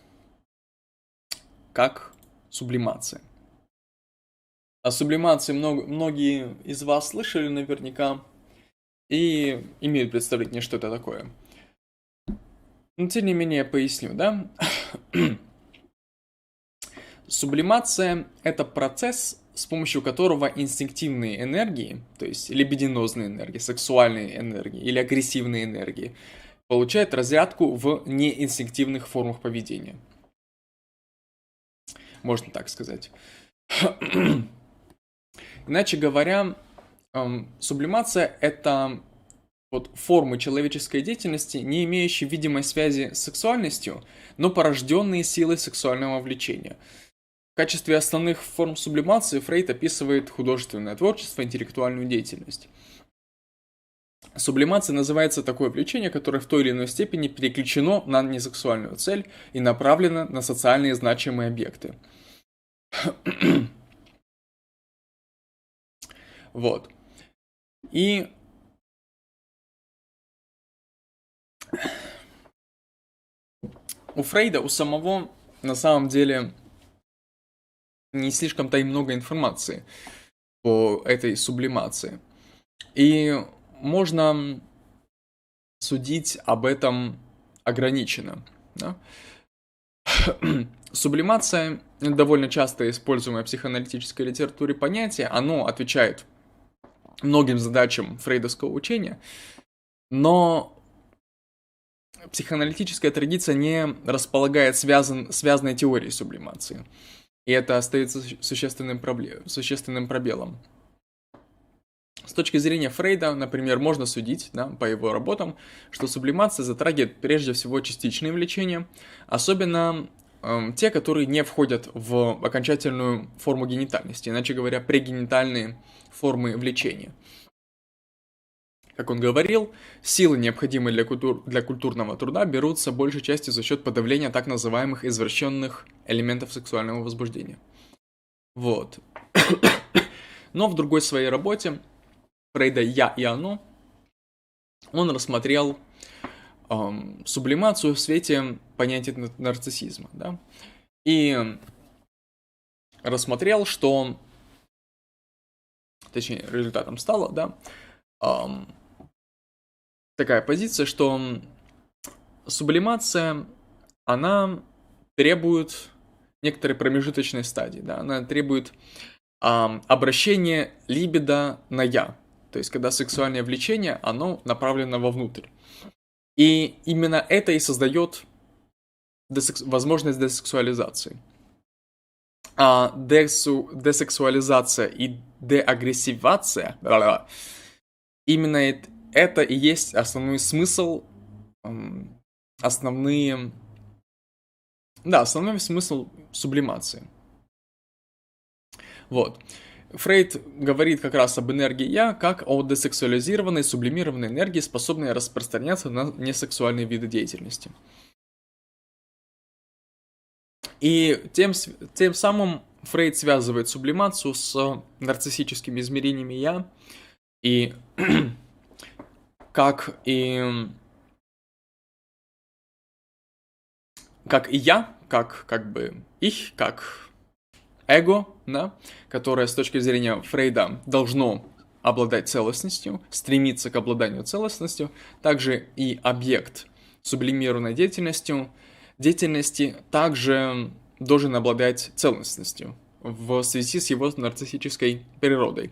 как сублимация. О сублимации многие из вас слышали наверняка и имеют представление, что это такое. Но тем не менее, я поясню, да? Сублимация — это процесс, с помощью которого инстинктивные энергии, то есть либидинозные энергии, сексуальные энергии или агрессивные энергии, получают разрядку в неинстинктивных формах поведения. Можно так сказать. Иначе говоря, сублимация — это вот формы человеческой деятельности, не имеющие видимой связи с сексуальностью, но порожденные силой сексуального влечения. В качестве основных форм сублимации Фрейд описывает художественное творчество, интеллектуальную деятельность. Сублимация называется такое влечение, которое в той или иной степени переключено на несексуальную цель и направлено на социальные значимые объекты. Вот. И у Фрейда, у самого, на самом деле, не слишком-то и много информации по этой сублимации. И можно судить об этом ограниченно. Да? Сублимация — довольно часто используемое в психоаналитической литературе понятие. Оно отвечает многим задачам фрейдовского учения, но психоаналитическая традиция не располагает связанной теорией сублимации. И это остается существенным пробелом. С точки зрения Фрейда, например, можно судить, да, по его работам, что сублимация затрагивает прежде всего частичные влечения, особенно те, которые не входят в окончательную форму генитальности, иначе говоря, прегенитальные формы влечения. Как он говорил, силы, необходимые для культурного труда, берутся большей частью за счет подавления так называемых извращенных элементов сексуального возбуждения. Вот. Но в другой своей работе, Фрейда «Я и оно», он рассмотрел сублимацию в свете понятия нарциссизма. Да? И рассмотрел, что, точнее, результатом стало, да, такая позиция, что сублимация, она требует некоторой промежуточной стадии, да, она требует обращения либидо на «я», то есть когда сексуальное влечение, оно направлено вовнутрь. И именно это и создает возможность десексуализации. А десексуализация и деагрессивация, именно это и есть основной смысл, основной смысл сублимации. Вот. Фрейд говорит как раз об энергии «я», как о десексуализированной, сублимированной энергии, способной распространяться на несексуальные виды деятельности. И тем самым Фрейд связывает сублимацию с нарциссическими измерениями «я», и как и я, как бы их, как эго, да, которое с точки зрения Фрейда должно обладать целостностью, стремиться к обладанию целостностью, также и объект сублимированной деятельности также должен обладать целостностью в связи с его нарциссической природой.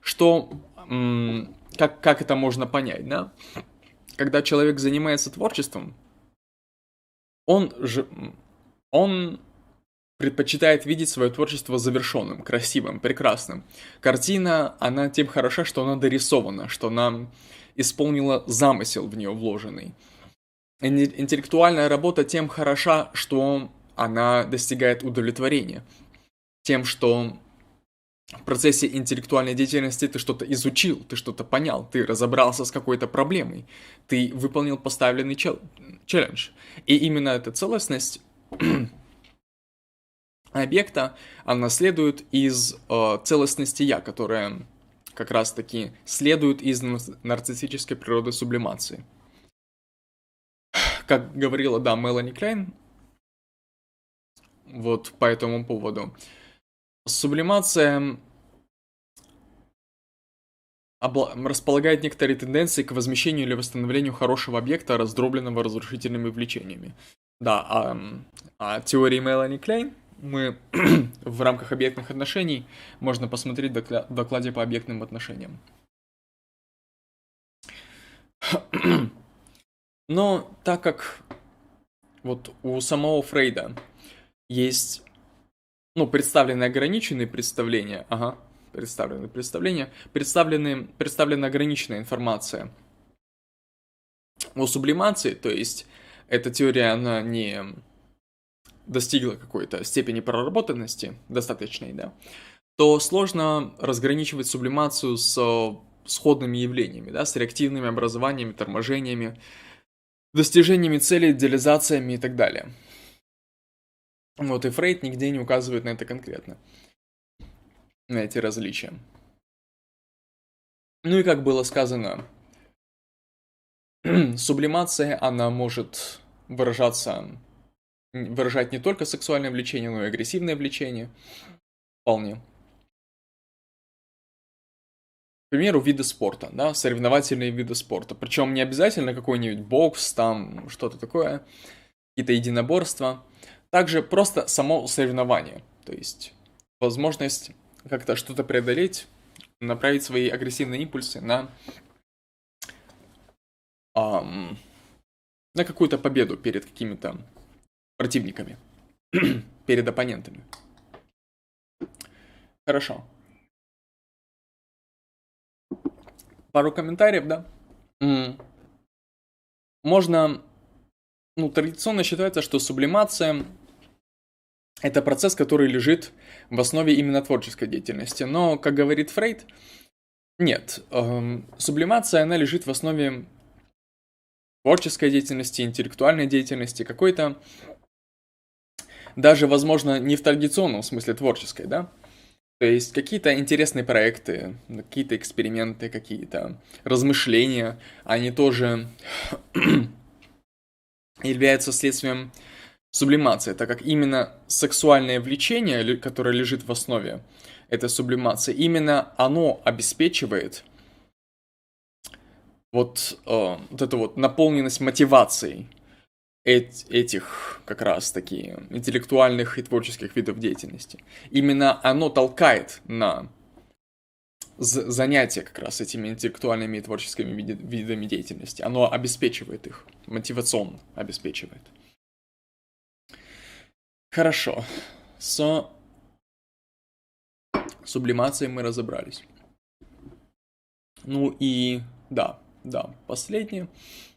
Как это можно понять, да? Когда человек занимается творчеством, он предпочитает видеть свое творчество завершенным, красивым, прекрасным. Картина, она тем хороша, что она дорисована, что она исполнила замысел в нее вложенный. Интеллектуальная работа тем хороша, что она достигает удовлетворения. Тем, что в процессе интеллектуальной деятельности ты что-то изучил, ты что-то понял, ты разобрался с какой-то проблемой, ты выполнил поставленный челлендж. И именно эта целостность объекта, она следует из целостности «я», которая как раз-таки следует из нарциссической природы сублимации. Как говорила, да, Мелани Клейн, вот по этому поводу, сублимация располагает некоторые тенденции к возмещению или восстановлению хорошего объекта, раздробленного разрушительными влечениями. Да, а теории Мелани Клейн мы в рамках объектных отношений можно посмотреть в докладе по объектным отношениям. Но так как вот у самого Фрейда есть, представлены ограниченные представления, представлена ограниченная информация о сублимации, то есть эта теория, она не достигла какой-то степени проработанности, достаточной, да, то сложно разграничивать сублимацию с сходными явлениями, да, с реактивными образованиями, торможениями, достижениями целей, идеализациями и так далее. Вот и Фрейд нигде не указывает на это конкретно, на эти различия. Ну и как было сказано, сублимация, она может выражать не только сексуальное влечение, но и агрессивное влечение. Вполне. К примеру, виды спорта, да, соревновательные виды спорта. Причем не обязательно какой-нибудь бокс, там что-то такое, какие-то единоборства. Также просто само соревнование. То есть возможность как-то что-то преодолеть, направить свои агрессивные импульсы на какую-то победу перед какими-то противниками, перед оппонентами. Хорошо. Пару комментариев, да? Можно, традиционно считается, что сублимация – это процесс, который лежит в основе именно творческой деятельности. Но, как говорит Фрейд, нет. Сублимация, она лежит в основе творческой деятельности, интеллектуальной деятельности, какой-то, даже, возможно, не в традиционном смысле творческой, да? То есть какие-то интересные проекты, какие-то эксперименты, какие-то размышления, они тоже являются следствием сублимации, так как именно сексуальное влечение, которое лежит в основе этой сублимации, именно оно обеспечивает вот эту вот наполненность мотивацией этих как раз таки интеллектуальных и творческих видов деятельности. Именно оно толкает на занятие как раз этими интеллектуальными и творческими видами деятельности. Оно обеспечивает их, мотивационно обеспечивает. Хорошо. С сублимацией мы разобрались. Ну и да, последнее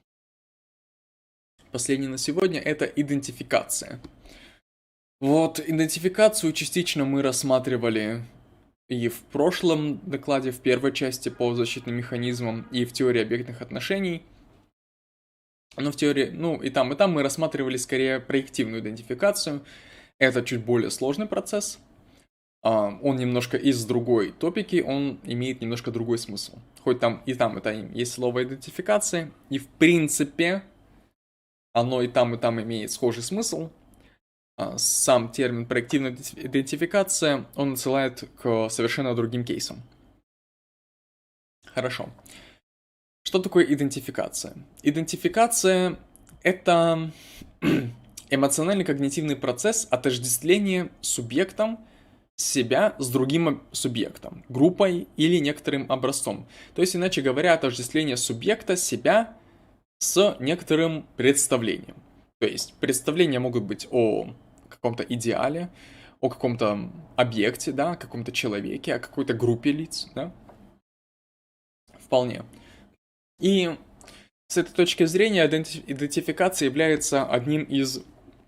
на сегодня это идентификация. Вот, идентификацию частично мы рассматривали и в прошлом докладе, в первой части по защитным механизмам, и в теории объектных отношений. Но в теории, и там мы рассматривали скорее проективную идентификацию. Это чуть более сложный процесс. Он немножко из другой топики, он имеет немножко другой смысл. Хоть там это есть слово идентификация, и в принципе оно и там имеет схожий смысл. Сам термин проективная идентификация, он отсылает к совершенно другим кейсам. Хорошо. Что такое идентификация? Идентификация — это эмоционально-когнитивный процесс отождествления субъектом себя с другим субъектом, группой или некоторым образцом. То есть, иначе говоря, отождествление субъекта себя с некоторым представлением. То есть, представления могут быть о каком-то идеале, о каком-то объекте, да, о каком-то человеке, о какой-то группе лиц, да. Вполне. И с этой точки зрения идентификация является одним из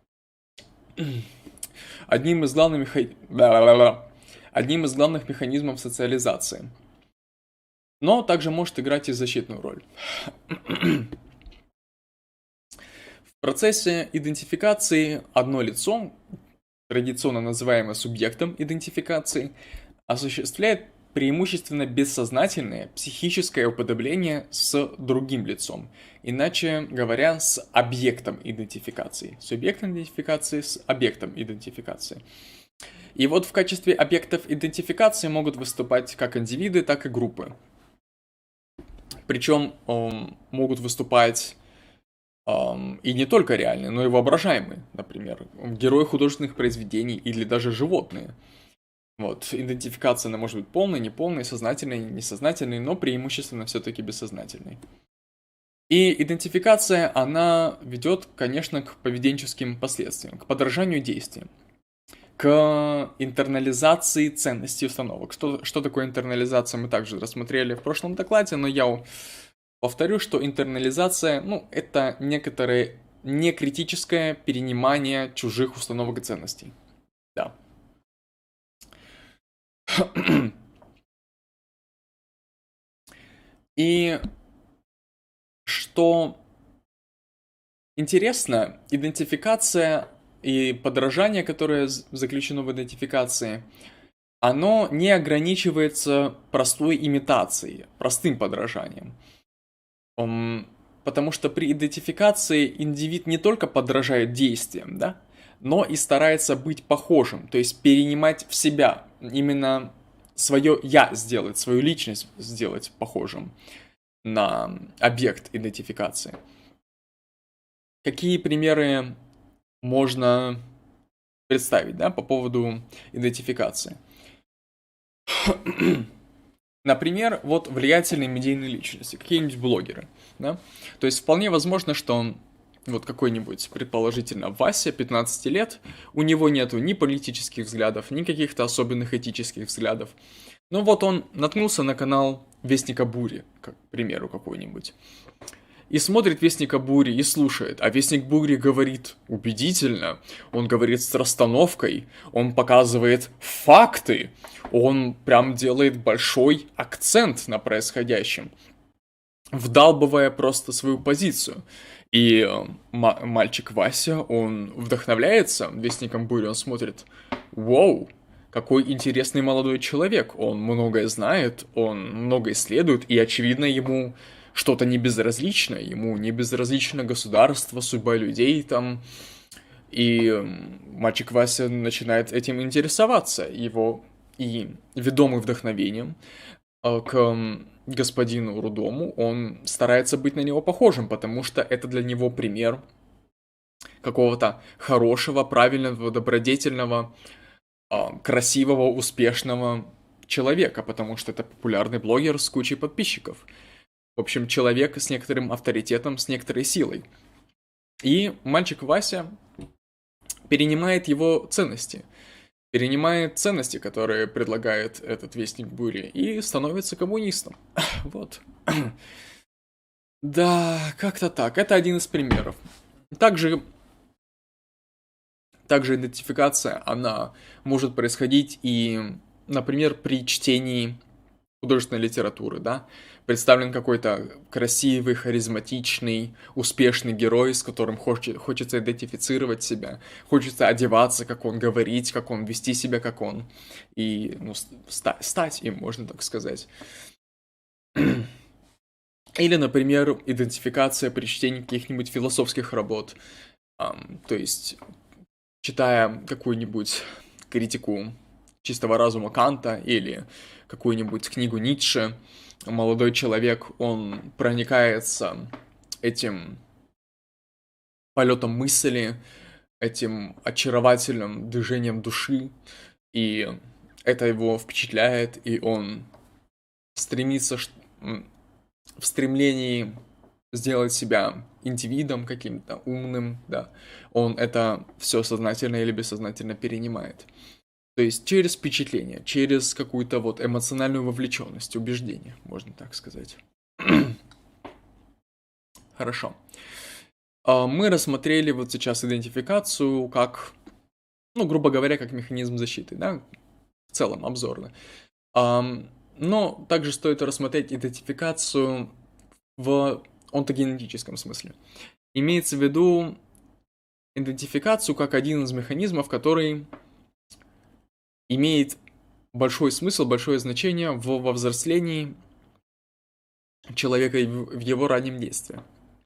главных механизмов социализации. Но также может играть и защитную роль. В процессе идентификации одно лицо, традиционно называемое субъектом идентификации, осуществляет преимущественно бессознательное психическое уподобление с другим лицом, иначе говоря, с объектом идентификации. Субъектом идентификации с объектом идентификации. И вот в качестве объектов идентификации могут выступать как индивиды, так и группы. Причем могут выступать и не только реальные, но и воображаемые, например, герои художественных произведений или даже животные. Вот, идентификация, она может быть полной, неполной, сознательной, несознательной, но преимущественно все-таки бессознательной. И идентификация, она ведет, конечно, к поведенческим последствиям, к подражанию действиям, к интернализации ценностей установок. Что такое интернализация, мы также рассмотрели в прошлом докладе, но я повторю, что интернализация, это некоторое некритическое перенимание чужих установок и ценностей. Да. И что интересно, идентификация и подражание, которое заключено в идентификации, оно не ограничивается простой имитацией, простым подражанием. Потому что при идентификации индивид не только подражает действиям, да, но и старается быть похожим, то есть перенимать в себя, именно свое «я» сделать, свою личность сделать похожим на объект идентификации. Какие примеры можно представить, да, по поводу идентификации? Например, вот влиятельные медийные личности, какие-нибудь блогеры, да? То есть вполне возможно, что вот какой-нибудь, предположительно, Вася, 15 лет, у него нету ни политических взглядов, ни каких-то особенных этических взглядов. Но вот он наткнулся на канал Вестника Бури, к примеру, какой-нибудь. И смотрит Вестника Бури и слушает. А Вестник Бури говорит убедительно, он говорит с расстановкой, он показывает факты, он прям делает большой акцент на происходящем, вдалбывая просто свою позицию. И мальчик Вася, он вдохновляется Вестником Бури, он смотрит, вау, какой интересный молодой человек, он многое знает, он много исследует, и очевидно ему что-то не безразлично, ему не безразлично государство, судьба людей там. И мальчик Вася начинает этим интересоваться, его и ведомый вдохновением к господину Рудому, он старается быть на него похожим, потому что это для него пример какого-то хорошего, правильного, добродетельного, красивого, успешного человека, потому что это популярный блогер с кучей подписчиков. В общем, человек с некоторым авторитетом, с некоторой силой. И мальчик Вася перенимает его ценности. Перенимает ценности, которые предлагает этот Вестник Бури, и становится коммунистом. Вот. Да, как-то так. Это один из примеров. Также идентификация, она может происходить и, например, при чтении художественной литературы, да, представлен какой-то красивый, харизматичный, успешный герой, с которым хочется идентифицировать себя, хочется одеваться, как он, говорить, как он, вести себя, как он, и, ну, стать им, можно так сказать. Или, например, идентификация при чтении каких-нибудь философских работ, то есть, читая какую-нибудь критику чистого разума Канта или какую-нибудь книгу Ницше, молодой человек, он проникается этим полетом мысли, этим очаровательным движением души, и это его впечатляет, и он стремится в стремлении сделать себя индивидом каким-то умным, да, он это все сознательно или бессознательно перенимает. То есть через впечатление, через какую-то вот эмоциональную вовлеченность, убеждение, можно так сказать. Хорошо. Мы рассмотрели вот сейчас идентификацию как, ну, грубо говоря, как механизм защиты, да, в целом обзорно. Но также стоит рассмотреть идентификацию в онтогенетическом смысле. Имеется в виду идентификацию как один из механизмов, который имеет большой смысл, большое значение во взрослении человека в его раннем детстве.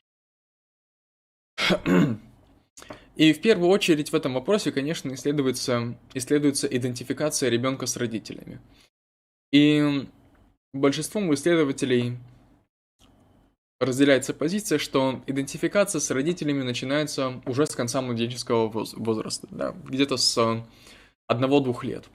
И в первую очередь в этом вопросе, конечно, исследуется идентификация ребенка с родителями. И большинством исследователей разделяется позиция, что идентификация с родителями начинается уже с конца младенческого возраста, да, где-то с 1-2 лет.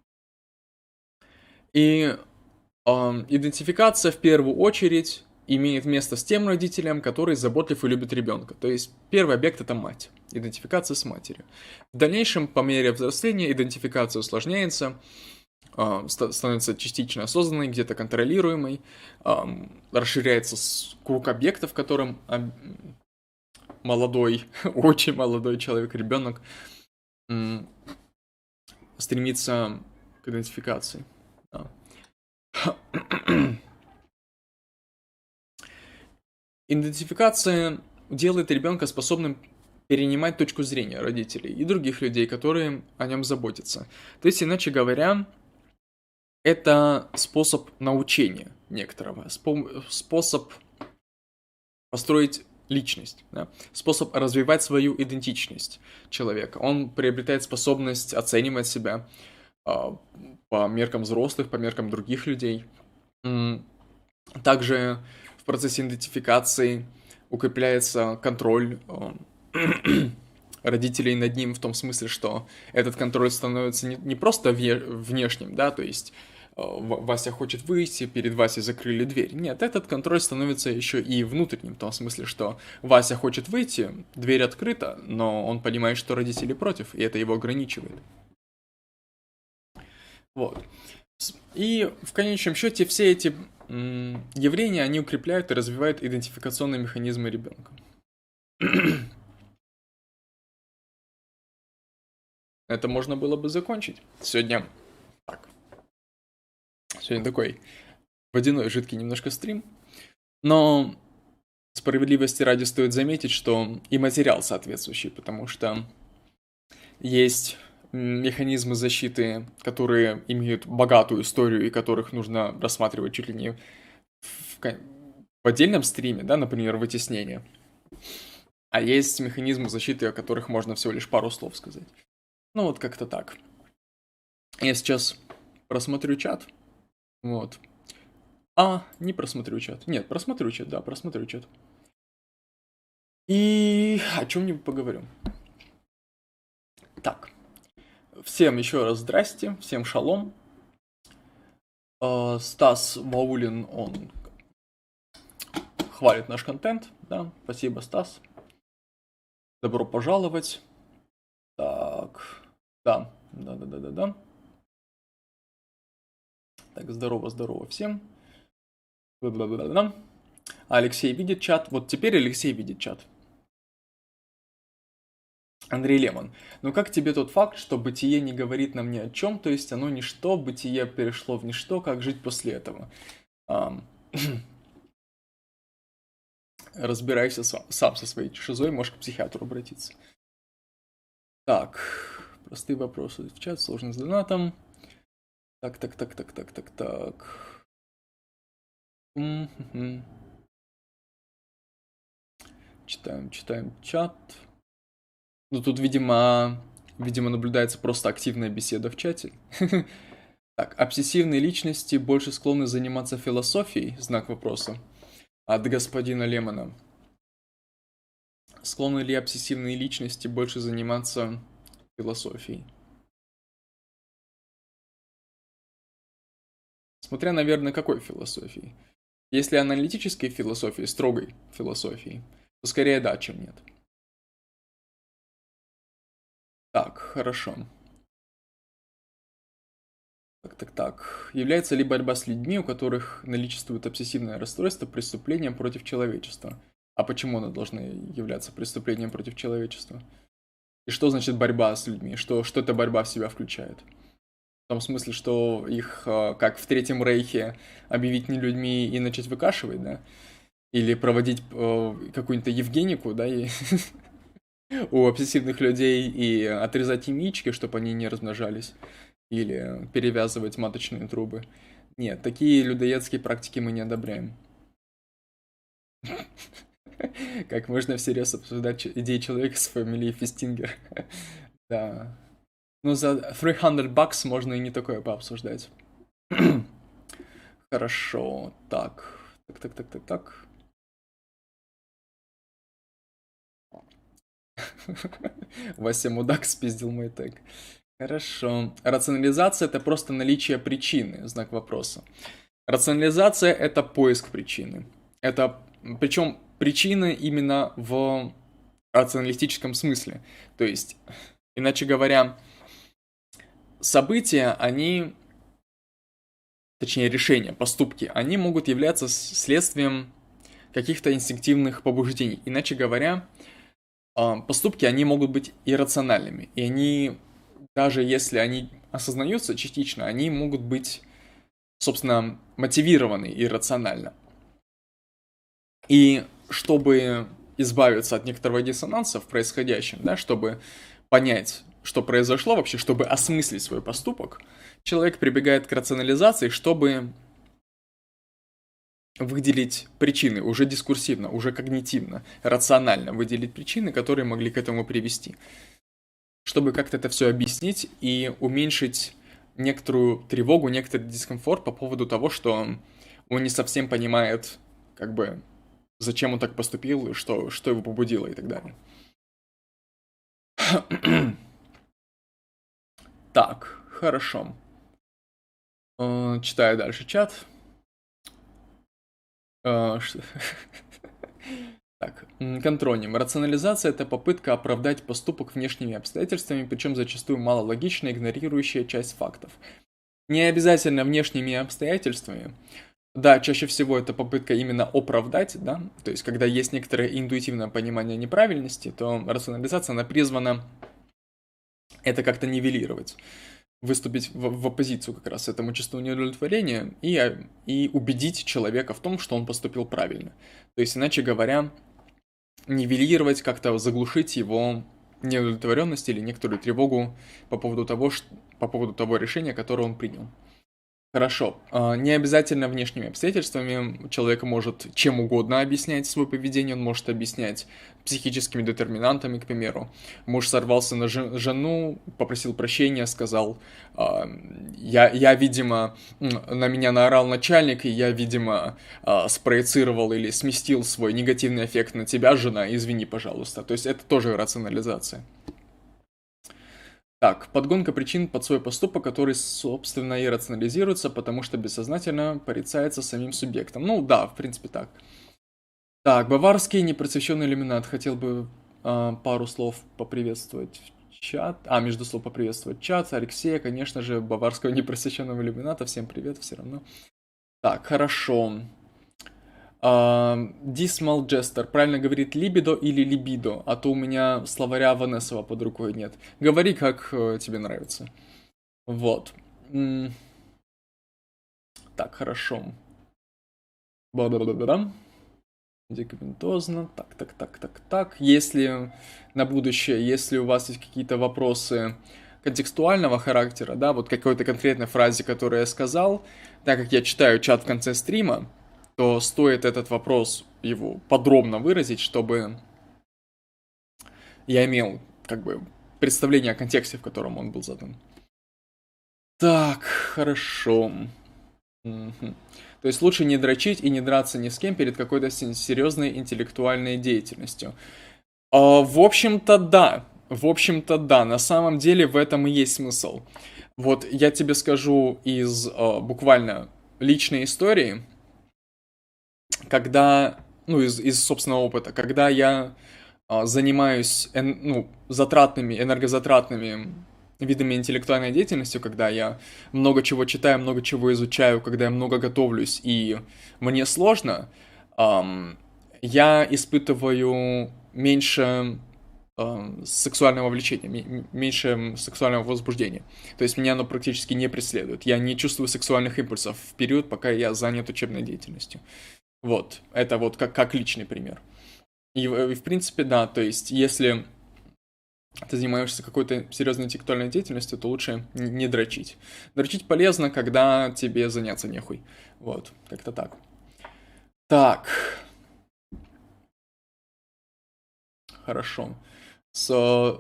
И идентификация в первую очередь имеет место с тем родителем, который заботлив и любит ребенка. То есть первый объект — это мать, идентификация с матерью. В дальнейшем, по мере взросления, идентификация усложняется, становится частично осознанной, где-то контролируемой, расширяется круг объектов, в котором молодой, очень молодой человек, ребенок стремится к идентификации. Да. Идентификация делает ребенка способным перенимать точку зрения родителей и других людей, которые о нем заботятся. То есть, иначе говоря, это способ научения некоторого, способ построить личность, да? Способ развивать свою идентичность человека. Он приобретает способность оценивать себя по меркам взрослых, по меркам других людей. Также в процессе идентификации укрепляется контроль родителей над ним в том смысле, что этот контроль становится не просто внешним, да, то есть Вася хочет выйти, перед Васей закрыли дверь. Нет, этот контроль становится еще и внутренним, в том смысле, что Вася хочет выйти, дверь открыта, но он понимает, что родители против, и это его ограничивает. Вот. И в конечном счете все эти явления, они укрепляют и развивают идентификационные механизмы ребенка. Это можно было бы закончить. Сегодня такой водяной, жидкий немножко стрим. Но справедливости ради стоит заметить, что и материал соответствующий, потому что есть механизмы защиты, которые имеют богатую историю и которых нужно рассматривать чуть ли не в отдельном стриме, да, например, вытеснение. А есть механизмы защиты, о которых можно всего лишь пару слов сказать. Ну вот как-то так. Я сейчас просмотрю чат. Вот. Не просмотрю чат. Нет, просмотрю чат, да, просмотрю чат. И о чем-нибудь поговорю. Так. Всем еще раз здрасте, всем шалом. Стас Ваулин, он хвалит наш контент, да, спасибо, Стас. Добро пожаловать. Так, да. Так, здорово всем. Бла-бла-бла-бла. Алексей видит чат. Вот теперь Алексей видит чат. Андрей Лемон. Ну как тебе тот факт, что бытие не говорит нам ни о чем, то есть оно ничто, бытие перешло в ничто, как жить после этого? Разбирайся сам со своей шизой, можешь к психиатру обратиться. Так, простые вопросы в чат, сложный с донатом. Так. Читаем чат. Ну тут, видимо, наблюдается просто активная беседа в чате. Так, обсессивные личности больше склонны заниматься философией? Знак вопроса. От господина Лемона. Склонны ли обсессивные личности больше заниматься философией? Смотря, наверное, какой философией. Если аналитической философии, строгой философии, то скорее да, чем нет. Так, хорошо. Так. Является ли борьба с людьми, у которых наличествует обсессивное расстройство, преступлением против человечества? А почему оно должно являться преступлением против человечества? И что значит борьба с людьми? Что эта борьба в себя включает? В том смысле, что их, как в Третьем Рейхе, объявить не людьми и начать выкашивать, да? Или проводить какую-нибудь Евгенику, да, и у обсессивных людей и отрезать им яички, чтобы они не размножались. Или перевязывать маточные трубы. Нет, такие людоедские практики мы не одобряем. Как можно всерьез обсуждать идеи человека с фамилией Фестингер? Да. Ну, за $300 можно и не такое пообсуждать. Хорошо. Так. Вася Мудак спиздил мой тег. Хорошо. Рационализация — это просто наличие причины, знак вопроса. Рационализация — это поиск причины. Причем причины именно в рационалистическом смысле. То есть, иначе говоря, события, точнее решения, поступки, они могут являться следствием каких-то инстинктивных побуждений. Иначе говоря, поступки, они могут быть иррациональными. И они, даже если они осознаются частично, они могут быть, собственно, мотивированы иррационально. И чтобы избавиться от некоторого диссонанса в происходящем, да, чтобы понять, что произошло вообще, чтобы осмыслить свой поступок, человек прибегает к рационализации, чтобы выделить причины уже дискурсивно, уже когнитивно, рационально выделить причины, которые могли к этому привести. Чтобы как-то это все объяснить и уменьшить некоторую тревогу, некоторый дискомфорт по поводу того, что он не совсем понимает, как бы, зачем он так поступил, и что его побудило и так далее. Так, хорошо. Читаю дальше чат. Так, контроним. Рационализация — это попытка оправдать поступок внешними обстоятельствами, причем зачастую малологично игнорирующая часть фактов. Не обязательно внешними обстоятельствами. Да, чаще всего это попытка именно оправдать, да, то есть когда есть некоторое интуитивное понимание неправильности, то рационализация, она призвана это как-то нивелировать, выступить в оппозицию как раз этому чувству неудовлетворения и убедить человека в том, что он поступил правильно. То есть, иначе говоря, нивелировать, как-то заглушить его неудовлетворенность или некоторую тревогу по поводу того решения, которое он принял. Хорошо. Не обязательно внешними обстоятельствами. Человек может чем угодно объяснять свое поведение. Он может объяснять психическими детерминантами, к примеру. Муж сорвался на жену, попросил прощения, сказал, видимо, на меня наорал начальник, и я, видимо, спроецировал или сместил свой негативный эффект на тебя, жена, извини, пожалуйста. То есть это тоже рационализация. Так, подгонка причин под свой поступок, который, собственно, и рационализируется, потому что бессознательно порицается самим субъектом. Ну да, в принципе так. Так, баварский непросвещенный иллюминат. Хотел бы пару слов поприветствовать в чат. Между слов поприветствовать чат. Алексея, конечно же, баварского непросвещенного иллюмината. Всем привет, все равно. Так, хорошо. Dismal Jester. Правильно говорит либидо или либидо? А то у меня словаря Ванесова под рукой нет. Говори, как тебе нравится. Вот. Так, хорошо. Бла-бла-бла-бла. Медикаментозно. Так. Если на будущее, если у вас есть какие-то вопросы контекстуального характера, да, вот какой-то конкретной фразе, которую я сказал, так как я читаю чат в конце стрима, то стоит этот вопрос его подробно выразить, чтобы я имел, как бы, представление о контексте, в котором он был задан. Так, хорошо. Мгм. То есть лучше не дрочить и не драться ни с кем перед какой-то серьезной интеллектуальной деятельностью. В общем-то, да. В общем-то, да. На самом деле в этом и есть смысл. Вот я тебе скажу из буквально личной истории, когда, ну, из собственного опыта, когда я занимаюсь, затратными, энергозатратными видами интеллектуальной деятельности, когда я много чего читаю, много чего изучаю, когда я много готовлюсь и мне сложно, я испытываю меньше сексуального влечения, меньше сексуального возбуждения. То есть меня оно практически не преследует. Я не чувствую сексуальных импульсов в период, пока я занят учебной деятельностью. Вот, это вот как личный пример. И в принципе, да, то есть если ты занимаешься какой-то серьезной интеллектуальной деятельностью, то лучше не дрочить. Дрочить полезно, когда тебе заняться нехуй. Вот, как-то так. Так. Хорошо. С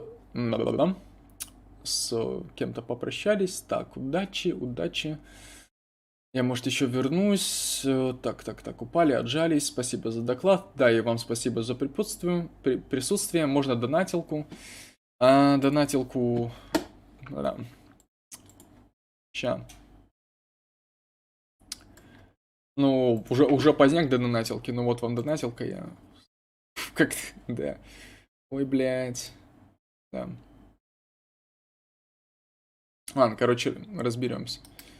кем-то попрощались. Так, удачи. Я, может, еще вернусь. Так, упали, отжались. Спасибо за доклад. Да, и вам спасибо за присутствие. Можно донатилку. Донатилку... Да. Ща. Ну, уже поздняк до донатилки. Ну, вот вам донатилка, я... Как... Да. Ой, блядь. Да. Ладно, короче, разберемся.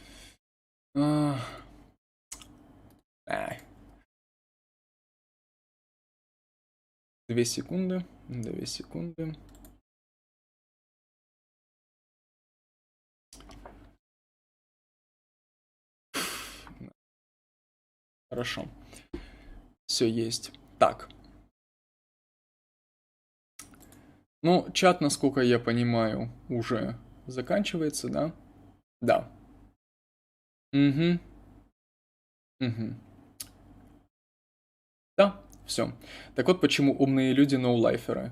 2 секунды. 2 секунды. Хорошо. Все есть. Так. Ну, чат, насколько я понимаю, уже заканчивается, да? Да. Угу. Да, все. Так вот, почему умные люди ноулайферы.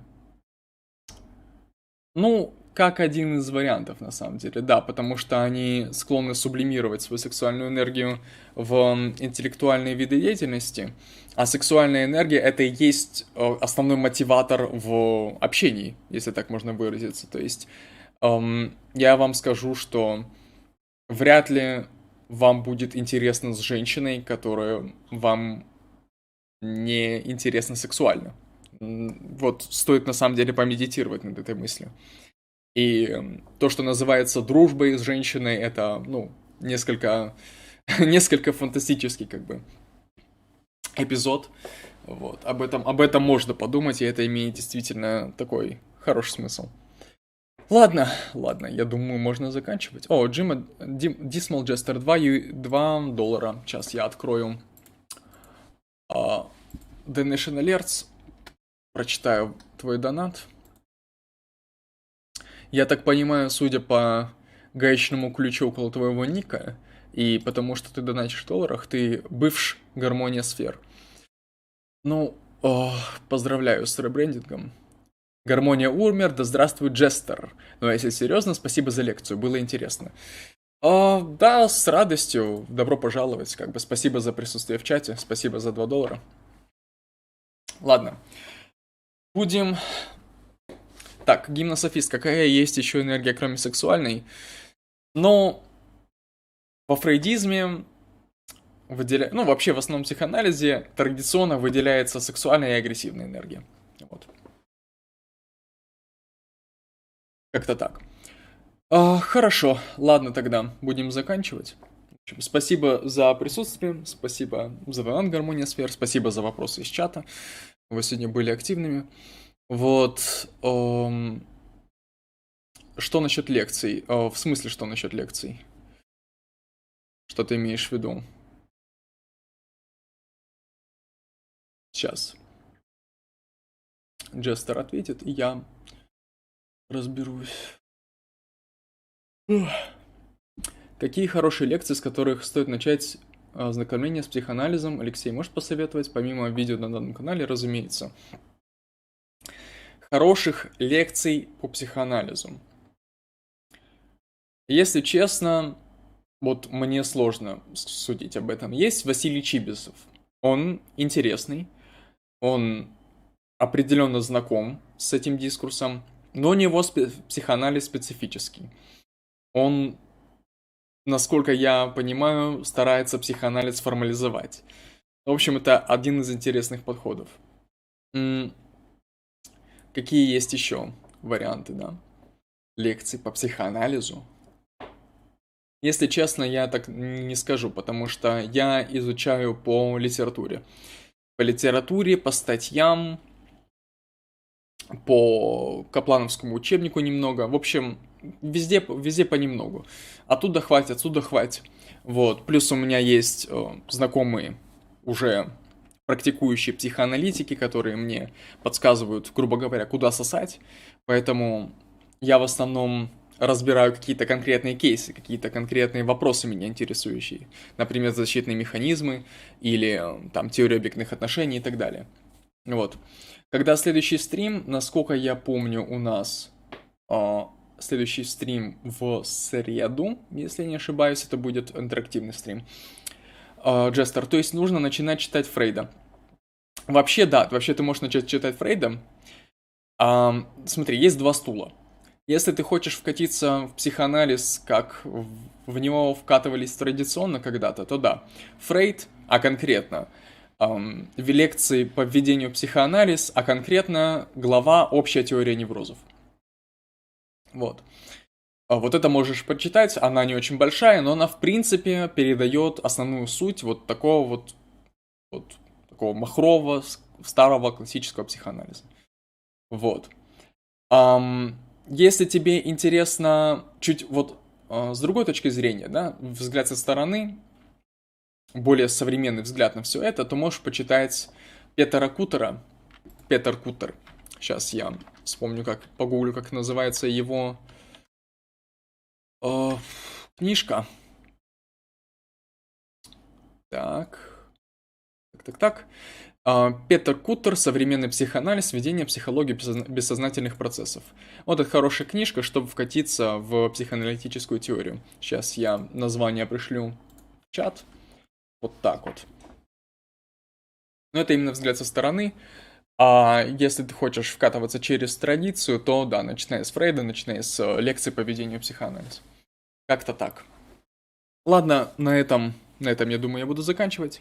Ну, как один из вариантов, на самом деле, да, потому что они склонны сублимировать свою сексуальную энергию в интеллектуальные виды деятельности, а сексуальная энергия — это и есть основной мотиватор в общении, если так можно выразиться. То есть я вам скажу, что вряд ли вам будет интересно с женщиной, которая вам не интересна сексуально. Вот стоит на самом деле помедитировать над этой мыслью. И то, что называется дружбой с женщиной, это, ну, несколько фантастический, как бы, эпизод. Вот. Об этом можно подумать, и это имеет действительно такой хороший смысл. Ладно, я думаю, можно заканчивать. О, Dismal Jester, $2. Сейчас я открою Donation Alerts, прочитаю твой донат. Я так понимаю, судя по гаечному ключу около твоего ника, и потому что ты донатишь в долларах, ты бывший Гармония Сфер. Ну, поздравляю с ребрендингом. Гармония умер, да здравствует Джестер. Но если серьезно, спасибо за лекцию, было интересно. Да, с радостью, добро пожаловать, как бы спасибо за присутствие в чате, спасибо за $2. Ладно, будем Так, гимнософист, какая есть еще энергия, кроме сексуальной? Но во фрейдизме ну, вообще в основном психоанализе традиционно выделяется сексуальная и агрессивная энергия. Вот. Как-то так. Хорошо, ладно тогда, будем заканчивать. В общем, спасибо за присутствие, спасибо за ВН Гармония Сфер, спасибо за вопросы из чата. Вы сегодня были активными. Вот. Что насчет лекций? В смысле, что насчет лекций? Что ты имеешь в виду? Сейчас. Джестер ответит, и я разберусь. Какие хорошие лекции, с которых стоит начать ознакомление с психоанализом? Алексей, может посоветовать? Помимо видео на данном канале, разумеется. Хороших лекций по психоанализу. Если честно, вот мне сложно судить об этом. Есть Василий Чибисов. Он интересный, он определенно знаком с этим дискурсом, но у него психоанализ специфический. Он, насколько я понимаю, старается психоанализ формализовать. В общем, это один из интересных подходов. Какие есть еще варианты, да? Лекции по психоанализу? Если честно, я так не скажу, потому что я изучаю по литературе. По литературе, по статьям, по Каплановскому учебнику немного. В общем, везде понемногу. Оттуда хватит. Вот. Плюс у меня есть знакомые уже практикующие психоаналитики, которые мне подсказывают, грубо говоря, куда сосать. Поэтому я в основном разбираю какие-то конкретные кейсы, какие-то конкретные вопросы меня интересующие. Например, защитные механизмы или там теория объектных отношений и так далее. Вот. Когда следующий стрим, насколько я помню, у нас следующий стрим в среду, если не ошибаюсь, это будет интерактивный стрим. Джестер, то есть нужно начинать читать Фрейда. Вообще, да, вообще ты можешь начать читать Фрейда. Смотри, есть два стула. Если ты хочешь вкатиться в психоанализ, как в него вкатывались традиционно когда-то, то да. Фрейд, а конкретно в лекции по введению в психоанализ, а конкретно глава «Общая теория неврозов». Вот. Вот это можешь почитать, она не очень большая, но она в принципе передает основную суть вот такого такого махрового, старого классического психоанализа. Вот. Если тебе интересно чуть вот с другой точки зрения, да, взгляд со стороны, более современный взгляд на все это, то можешь почитать Петера Кутера. Петер Кутер. Сейчас я вспомню, как погуглю, как называется его книжка. Так. Петер Кутер «Современный психоанализ. Введение психологии бессознательных процессов». Вот это хорошая книжка, чтобы вкатиться в психоаналитическую теорию. Сейчас я название пришлю в чат. Вот так вот. Но это именно взгляд со стороны. А если ты хочешь вкатываться через традицию, то да, начиная с Фрейда, начиная с лекции по ведению психоанализа. Как-то так. Ладно, на этом, я думаю, я буду заканчивать.